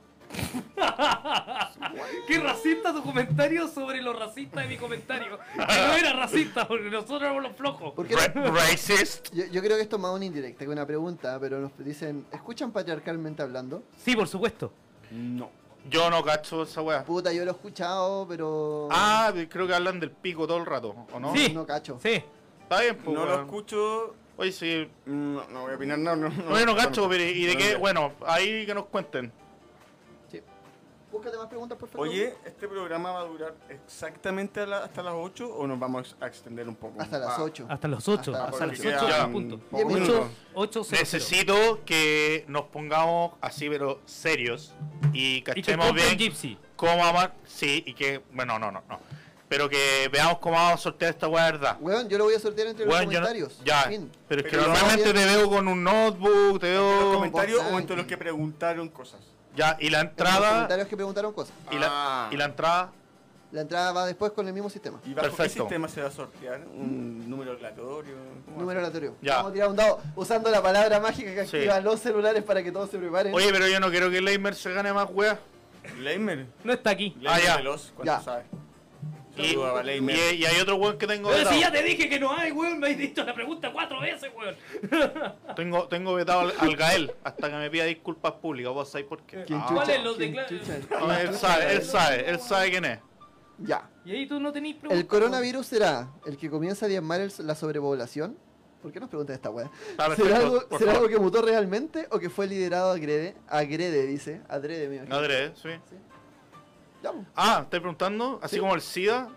Qué racista tu comentario sobre lo racista de mi comentario. Que no era racista, porque nosotros éramos los flojos. ¿Por qué Ra- no? racist. Yo, yo creo que esto es más una indirecta que una pregunta, pero nos dicen, ¿escuchan patriarcalmente hablando? Sí, por supuesto. No. Yo no cacho esa weá. Puta, yo lo he escuchado, pero... Ah, creo que hablan del pico todo el rato, ¿o no? Sí. No cacho. Sí. Está bien, pues. No lo weón. escucho. Oye, sí. No, no voy a opinar nada. No, no, No, yo no cacho, pero ¿y de no, qué? no. Bueno, ahí que nos cuenten. Sí. Búscate más preguntas, por favor. Oye, ¿este programa va a durar exactamente a la- hasta las ocho o nos vamos a extender un poco? Hasta las Ah, ocho. Hasta las ocho. Hasta Hasta, las las ocho. ocho Ya. en punto. Pocos Diez minutos. ocho cero. Necesito que nos pongamos así, pero serios. Y Y que cachemos compren bien Gypsy. cómo vamos a... Sí, y que... Bueno, no, no, no. Pero que veamos cómo vamos a sortear esta weá de verdad. Weón, yo lo voy a sortear entre Weón, los yo no- comentarios. ya, Fin. pero es que Pero normalmente no- te veo con un notebook, te ¿En los veo... comentarios vos o entre tranqui. los que preguntaron cosas? Ya, y la En los entrada... comentarios que preguntaron cosas. Y la, Ah. y la entrada... La entrada va después con el mismo sistema. ¿Y bajo qué Perfecto. sistema se va a sortear? ¿Un número aleatorio? ¿Cómo Número va a ser? aleatorio. Ya. Vamos a tirar un dado usando la palabra mágica que Sí. activa los celulares para que todos se preparen. Oye, pero yo no quiero que Leimer se gane más weá. Leimer. No está aquí. Leimer Ah, ya. Veloz, ¿cuánto Ya. sabe? Y, Saludos a Leimer. y, y hay otro weón que tengo Pero vetado. si ya te dije que no hay, weón. Me has dicho la pregunta cuatro veces, weón. Tengo, tengo vetado al, al Gael hasta que me pida disculpas públicas. ¿Vos sabés por qué? ¿Quién Ah, ¿Cuál chucha? es los ¿Quién decla- chucha? no, él sabe, él sabe, él sabe quién es. Ya. Y ahí tú no tenés preguntas. ¿El coronavirus será el que comienza a diezmar el- la sobrepoblación? ¿Por qué nos preguntan esta weá? Está perfecto, ¿Será, algo, por será favor. algo que mutó realmente o que fue liderado agrede? Agrede, dice. Adrede, me imagino. Adrede, sí. Ya, pues. Ah, ¿estás preguntando? Así Sí. como el SIDA.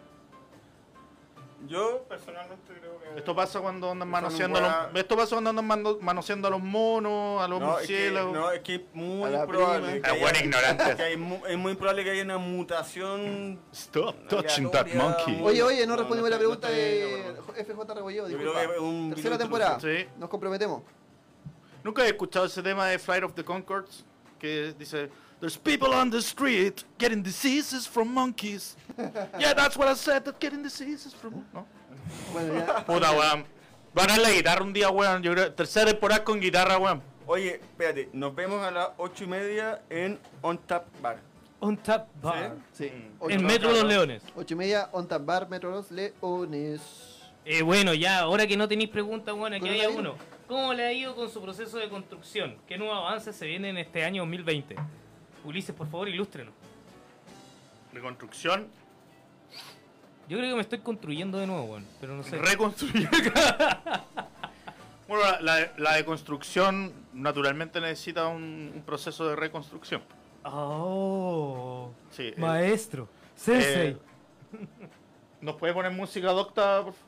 Yo personalmente creo que... Esto pasa cuando andan Eso no manoseando a los, pueda- esto pasa cuando andan mano- manoseando a los monos, a los No, es que, murciélagos. no, es que es muy A la probable prima. que Ah, haya- bueno, ignorante. que hay mu- es muy probable que haya una mutación. Stop touching that aleatoria, monkey. muy- Oye, oye, no, no, respondimos no la pregunta estoy- no estoy de de acuerdo. F J Rebolledo. Yo disculpa. creo que es un Tercera virus temporada. Sí. Nos comprometemos. ¿Nunca he escuchado ese tema de Flight of the Conchords? Que dice, there's people on the street getting diseases from monkeys. Yeah, that's what I said, that getting diseases from... ¿No? Bueno, ya. Puta, weón. Van a la guitarra un día, weón. Yo creo, tercera temporada con guitarra, weón. Oye, espérate, nos vemos a las ocho y media en On Tap Bar. On Tap Bar. Sí. Mm. Ocho, En Metro Los Leones. ocho y media, on tap bar, Metro Los Leones. Eh, bueno, ya, ahora que no tenéis preguntas, bueno, aquí hay Coronavirus. uno. ¿Cómo le ha ido con su proceso de construcción? ¿Qué nuevos avances se vienen en este año dos mil veinte? Ulises, por favor, ilústrenos. Reconstrucción. Yo creo que me estoy construyendo de nuevo, bueno, pero no sé. Reconstruir. Bueno, la, la, la deconstrucción naturalmente necesita un, un proceso de reconstrucción. Oh, Sí, eh, maestro, sensei. eh, ¿Nos puede poner música docta, por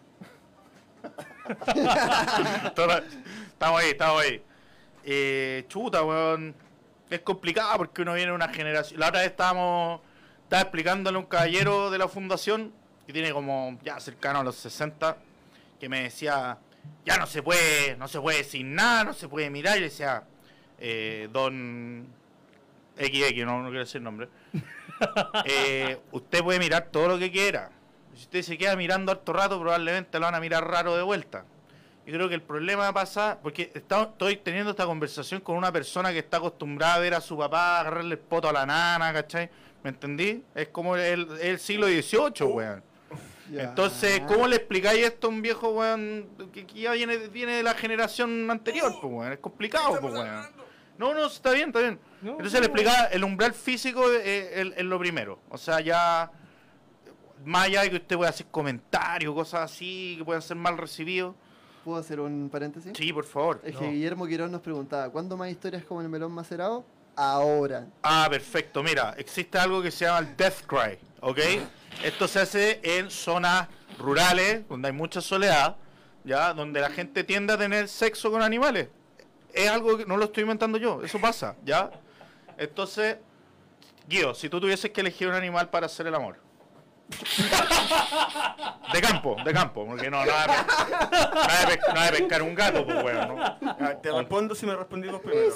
favor? Toda- Estamos ahí, estamos ahí. Eh, chuta, weón. Es complicado porque uno viene de una generación. La otra vez estábamos. Estaba explicándole a un caballero de la fundación que tiene como ya cercano a los sesenta, que me decía, ya no se puede, no se puede decir nada, no se puede mirar. Y le decía, eh, don equis equis, no, no quiero decir nombre. Eh, usted puede mirar todo lo que quiera. Si usted se queda mirando harto rato, probablemente lo van a mirar raro de vuelta. Yo creo que el problema pasa, porque está- estoy teniendo esta conversación con una persona que está acostumbrada a ver a su papá agarrarle el poto a la nana, ¿cachai? ¿Me entendí? Es como el, el siglo dieciocho, weón. Ya. Entonces, ¿cómo le explicáis esto a un viejo, weón, que, que ya viene, viene de la generación anterior, pues, weón? Es complicado, pues, weón. No, no, está bien, está bien. No, Entonces no. le explicaba, el umbral físico es, es- es lo primero. O sea, ya, más allá de que usted pueda hacer comentarios, cosas así, que puedan ser mal recibidos. ¿Puedo hacer un paréntesis? Sí, por favor. Es que No. Guillermo Quirón nos preguntaba, ¿cuándo más historias como el melón macerado? Ahora. Ah, perfecto. Mira, existe algo que se llama el Death Cry, ¿ok? Esto se hace en zonas rurales, donde hay mucha soledad, ¿ya? Donde la gente tiende a tener sexo con animales. Es algo que no lo estoy inventando yo, eso pasa, ¿ya? Entonces, Guido, si tú tuvieses que elegir un animal para hacer el amor, De campo, de campo, porque no, no va a pescar, no va a pescar, no va a pescar un gato, pues weón, ¿no? Ah, te respondo si me respondí vos primero.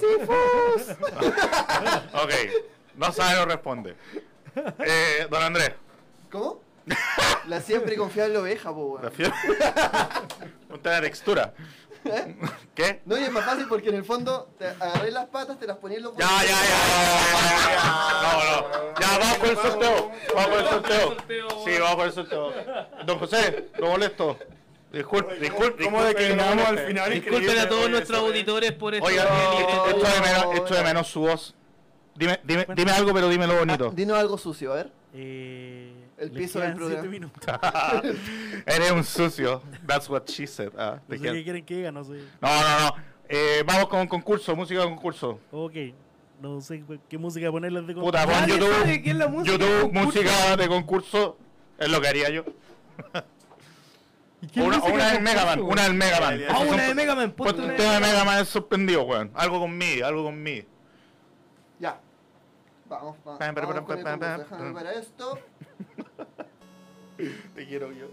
Ok, no sabe, no responde. Eh, don Andrés. ¿Cómo? La siempre confiable oveja, po, La weón. fiebre. Usted la textura. ¿Qué? No, y es más fácil porque en el fondo te agarré las patas, te las ponías en los Ya, ya, ya, ya, ya, ya. No, no. Ya, vamos con el sorteo. Vamos con el sorteo. Sí, vamos con el sorteo. Don José, lo molesto. Disculpe, disculpe. ¿Cómo declinamos al final? Disculpen a todos nuestros auditores por esto. Oiga, No, esto de menos, no, esto de menos su voz. Dime, dime, dime algo, pero dímelo bonito. Dinos algo sucio, a ver. Eh, El les piso del quedan siete programa. minutos. Eres un sucio. That's what she said. Ah, te No sé quiero. qué quieren que diga, no sé. No, no, no. Eh, vamos con concurso, música de concurso. Ok. No sé qué música ponerles de Puta, pon Nadie YouTube. sabe qué es la música de YouTube, concurso. música de concurso. Es lo que haría yo. ¿Y qué O una, o música una de del Mega Man. concurso? Una del Mega Man. Ah, Esos una son- de Mega Man, ponte Ponte una un de tema de Mega Mega Man es sorprendido, weón. Algo con MIDI, algo con MIDI. Ya. Vamos, vamos. Pam, pam, vamos con el pam, pam, concurso. pam. Déjame para esto. Te quiero yo.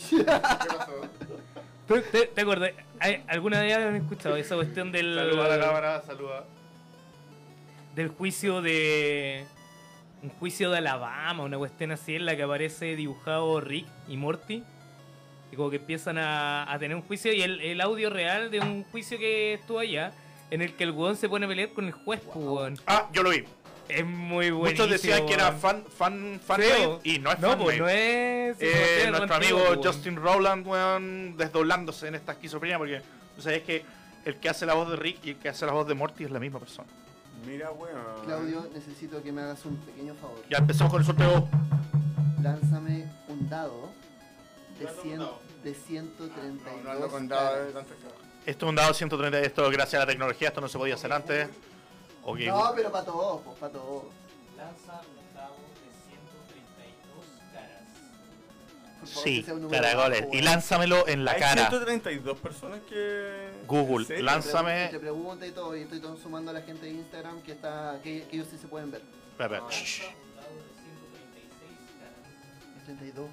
¿Te, te, te acuerdas? ¿Hay- ¿Alguna vez han escuchado esa cuestión del, Saluda a la cámara, saluda. del juicio de... Un juicio de Alabama, una cuestión así en la que aparece dibujado Rick y Morty. Y como que empiezan a, a tener un juicio y el, el audio real de un juicio que estuvo allá, en el que el weón se pone a pelear con el juez, pues, weón. Ah, yo lo vi. Es muy bueno. Muchos decían que era fan, fan, fan Feo. y no es No, fan. pues no es... sí, Eh, es nuestro antiguo, amigo pues, weón. Justin Rowland, weón, desdoblándose en esta esquizofrenia, porque tú sabes que el que hace la voz de Rick y el que hace la voz de Morty es la misma persona. Mira, weón. Claudio, necesito que me hagas un pequeño favor. Ya empezamos con el sorteo. Lánzame un dado de, Dado, cien, dado. de ciento treinta y No, no ando dos con dado caras. de tanto que- Esto es un dado ciento treinta, esto gracias a la tecnología, esto no se podía hacer antes. Ok. No, pero para todos, pues, para todos. Lanza un dado de ciento treinta y dos caras. Por favor, Sí, que sea un número caragoles. bajo, Y weón. lánzamelo en la Hay cara. ciento treinta y dos personas que... Google, ¿En serio? lanza- Lánzame- Te pregunta y todo, y estoy todo sumando a la gente de Instagram que está, que, que ellos sí se pueden ver. Espera, espera. Shh. Un dado de ciento treinta y seis caras. treinta y dos.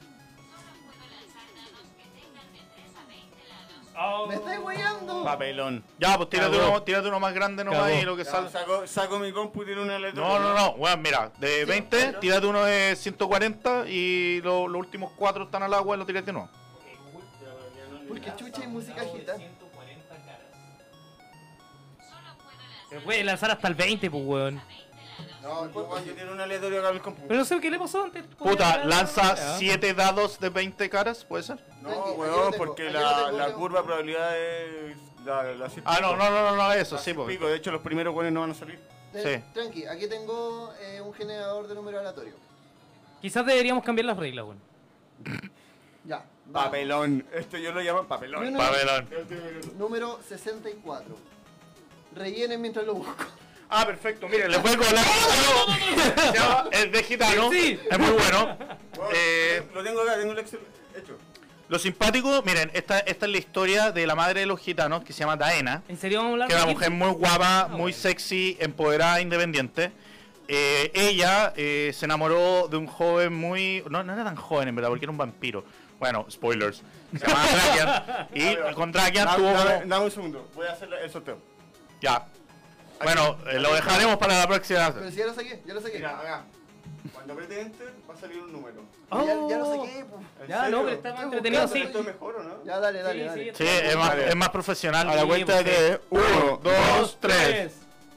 Oh. ¡Me estáis weyando! Papelón. Ya, pues tírate Cagó. uno, tírate uno más grande nomás Cagó. y lo que Ya, salga. saco, saco mi compu y tiro una letra. No, no, no, weón, mira, de veinte, tírate uno de ciento cuarenta y lo- los últimos cuatro están al agua y lo tírate de nuevo. Porque chucha y música gitana. ciento cuarenta caras. Se puede lanzar hasta el veinte, pues, weón. No, yo, weón, yo tiro un aleatorio acá en el compu. Pero no sé qué le pasó antes. Puta, lanza Ya. siete dados de veinte caras, ¿puede ser? No, Tranqui, aquí lo weón, tengo, porque aquí lo la, tengo, la tengo. curva de probabilidad es... La, la cien Ah, no, pico. no, no, no, no, eso, La sí, cien porque... pico. De hecho, los primeros weones no van a salir. Eh, Sí. Tranqui, aquí tengo eh, un generador de número aleatorio. Quizás deberíamos cambiar las reglas, weón. Ya. vamos. Papelón. Esto yo lo llamo papelón. No, no. Papelón. Número sesenta y cuatro. Rellenen mientras lo busco. Ah, perfecto, mire, les voy a colar algo. Se llama El de Gitano. Sí. Es muy bueno. Weón, Eh, Lo tengo acá, tengo el Excel hecho. Lo simpático, miren, esta, esta es la historia de la madre de los gitanos que se llama Daena. ¿En serio vamos a hablar Que es de una Egipto? mujer muy guapa, Ah, muy bueno. sexy, empoderada, independiente. Eh, ella eh, se enamoró de un joven muy... No, no era tan joven en verdad, porque era un vampiro. Bueno, spoilers. Se llamaba Drakian. Y con Drakian Dame, tuvo... dame, como- dame un segundo, voy a hacer el sorteo. Ya. Bueno, eh, lo dejaremos para la próxima. Pero si ya lo saqué, ya lo saqué. Mira, acá. Cuando apriete Enter va a salir un número. Ya, ya lo Oh. saqué, pues. ¿En Ya, serio? no, pero está más Estoy entretenido buscando así. Esto es mejor, ¿o no? Ya, dale, dale, Sí, dale. Sí, es más, Vale. es más profesional. A la Sí, cuenta pues, de uno, dos, tres. tres.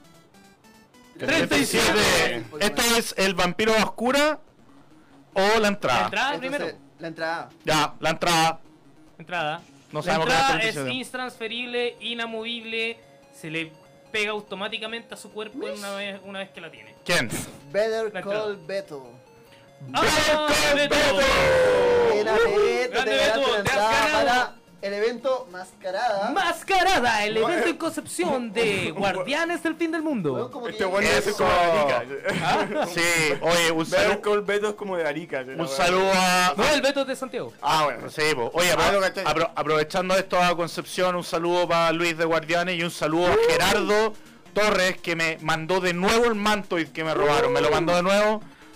treinta y siete. ¿Esto es el vampiro oscura o la La entrada? entrada Entonces, primero. la entrada. Ya, la entrada. Entrada. No la sabemos qué es entrada treinta y es siete. intransferible, inamovible, se le pega automáticamente a su cuerpo en una vez, una vez que la tiene. ¿Quién? Better La Call Beto. ¡Ah, Beto! Era Beto, Grande te Beto, ganaste la te has entrada ganado. para el evento Mascarada. Mascarada, el evento en concepción de Guardianes del Fin del Weón, Mundo. como Este que- bueno debe ser Eso. como de Arica. Sí, oye, un Better saludo, Call Beto es como de Arica. un saludo a... No, el Beto es de Santiago. Ah, bueno. Sí, po. Oye, Ah, lo apro- cachai. apro- aprovechando esto a Concepción, un saludo para Luis de Guardianes y un saludo a Gerardo Torres, que me mandó de nuevo el manto y que me robaron. Me lo mandó de nuevo.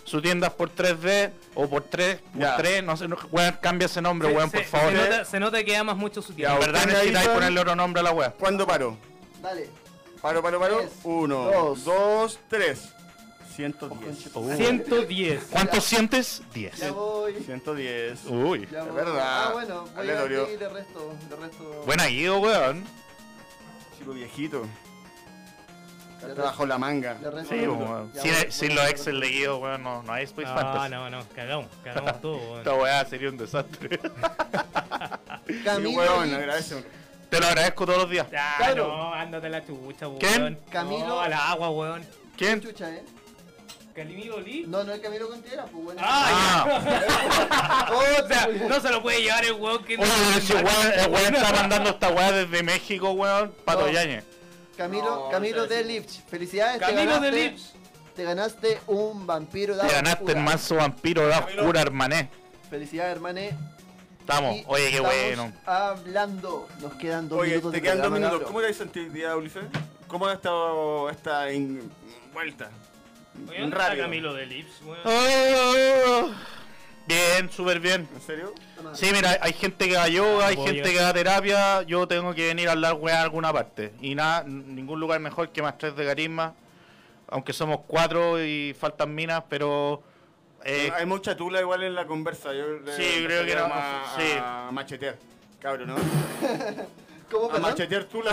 su tienda por tres D o por tres, por Ya. tres, no sé, no, weón, cambia ese nombre, Se- weón, se, por favor. Se nota, se nota que amas mucho su En tiempo. verdad usted necesitáis ahí, ponerle otro nombre a la weá. ¿Cuándo paro? Dale. Paro, paro, paro. Tres, Uno, dos. dos, tres. ciento diez. Oh. ciento diez. ¿Cuántos sientes? diez. Ya voy. ciento diez. Uy. Ya Es voy. verdad. Ah, bueno, voy a Aleatorio. ir de resto. De resto. Buena Guido, weón. Chico viejito. de Te resto- bajó la manga. de resto- Sí, weón. Ya Sin, voy, sin voy, los voy, Excel voy. de Guido, weón, no, no hay Space No, Fantasy. no, no, cagamos, cagamos todo, weón. Esta weá sería un desastre. Sí, Camilo weón, Lips. agradece. Te lo agradezco todos los días. Ya, Claro. no, ándate la chucha, weón. ¿Quién? Camilo. No, al agua, weón. ¿Quién? Chucha, ¿eh? ¿Camilo Lee? No, no es Camilo Contreras, pues bueno. Ah, Ah, O sea, no se lo puede llevar el weón que... oye, pero si weón, el weón está mandando esta weá desde México, weón, Pato No. Yañez. Camilo, No, Camilo no sé de si- Lips. Felicidades, te Camilo ganaste, de Lips. te ganaste un vampiro de Te agua ganaste el oscura. manso vampiro de Camilo. oscura, hermané. Felicidades, hermané. Estamos, Y oye, qué estamos bueno. hablando. Nos quedan dos Oye, minutos te de quedan dos programa, minutos. cabro. ¿Cómo te has sentido el día, Ulises? ¿Cómo ha estado esta in- vuelta? Oye, ¿dónde está Rápido. Camilo de Lips, weón? Oh, bien, súper bien. ¿En serio? Toma. Sí, mira, hay gente que da yoga, hay Voy gente a- que da terapia. Yo tengo que venir a hablar weá a alguna parte. Y nada, n- ningún lugar mejor que más tres de carisma. Aunque somos cuatro y faltan minas, pero. eh, Hay mucha tula igual en la conversa. Yo le- Sí, creo que empezaría no, A, sí. a machetear. Cabrón, ¿no? ¿Cómo, A perdón? machetear tula.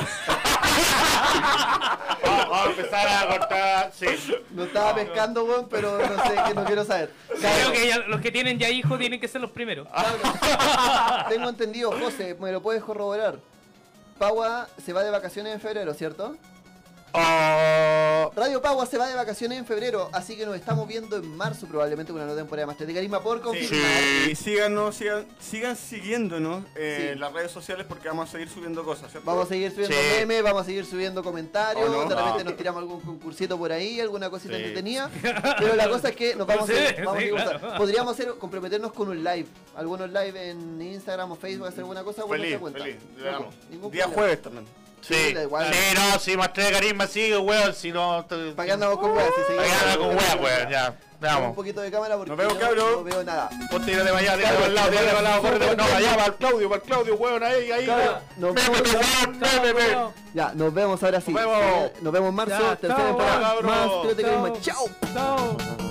vamos, vamos a empezar a cortar. Sí. No estaba pescando, weón, pero no sé, que no quiero saber. Creo que ya- los que tienen ya hijos tienen que ser los primeros. Cabro, tengo entendido, José, me lo puedes corroborar. Pagua se va de vacaciones en febrero, ¿cierto? Oh, Radio Pagua se va de vacaciones en febrero, así que nos estamos viendo en marzo probablemente con una nueva temporada de Máster de Carisma por confirmar. Sí. Y síganos, sigan, sigan siguiéndonos eh, Sí. en las redes sociales porque vamos a seguir subiendo cosas, ¿cierto? Vamos a seguir subiendo Sí. memes, vamos a seguir subiendo comentarios, ¿O no? de repente Ah. nos tiramos algún concursito por ahí, alguna cosita Sí. entretenida, pero la cosa es que nos vamos Sí, a ir, vamos a sí, ir claro. usando. Podríamos hacer, comprometernos con un live, algunos live en Instagram o Facebook, hacer alguna cosa, bueno, Feliz, se cuenta. feliz. le No, damos. ningún Día problema. jueves también. sí. Sí, da igual. Sí, no, sí, más tres de carisma sigue, weón. Si no. te- ¿Para qué andamos con weas? Si seguimos Para que anda con weá, weón, ya. Un Veamos. poquito de cámara porque Nos vemos, no, cabros. no veo nada. Ponte tírate para allá, tírate para el lado, tírate para el lado, corre, no, allá, para el Claudio, para el Claudio, weón, ahí, ahí. Cabros, nos Meme, vemos. weón, meme, meme. Ya, nos vemos ahora sí. Nos vemos. Nos vemos en marzo, Ya, tercera chao, temporada. cabros. Más Tiro de Carisma. Chao. Chao. Chao.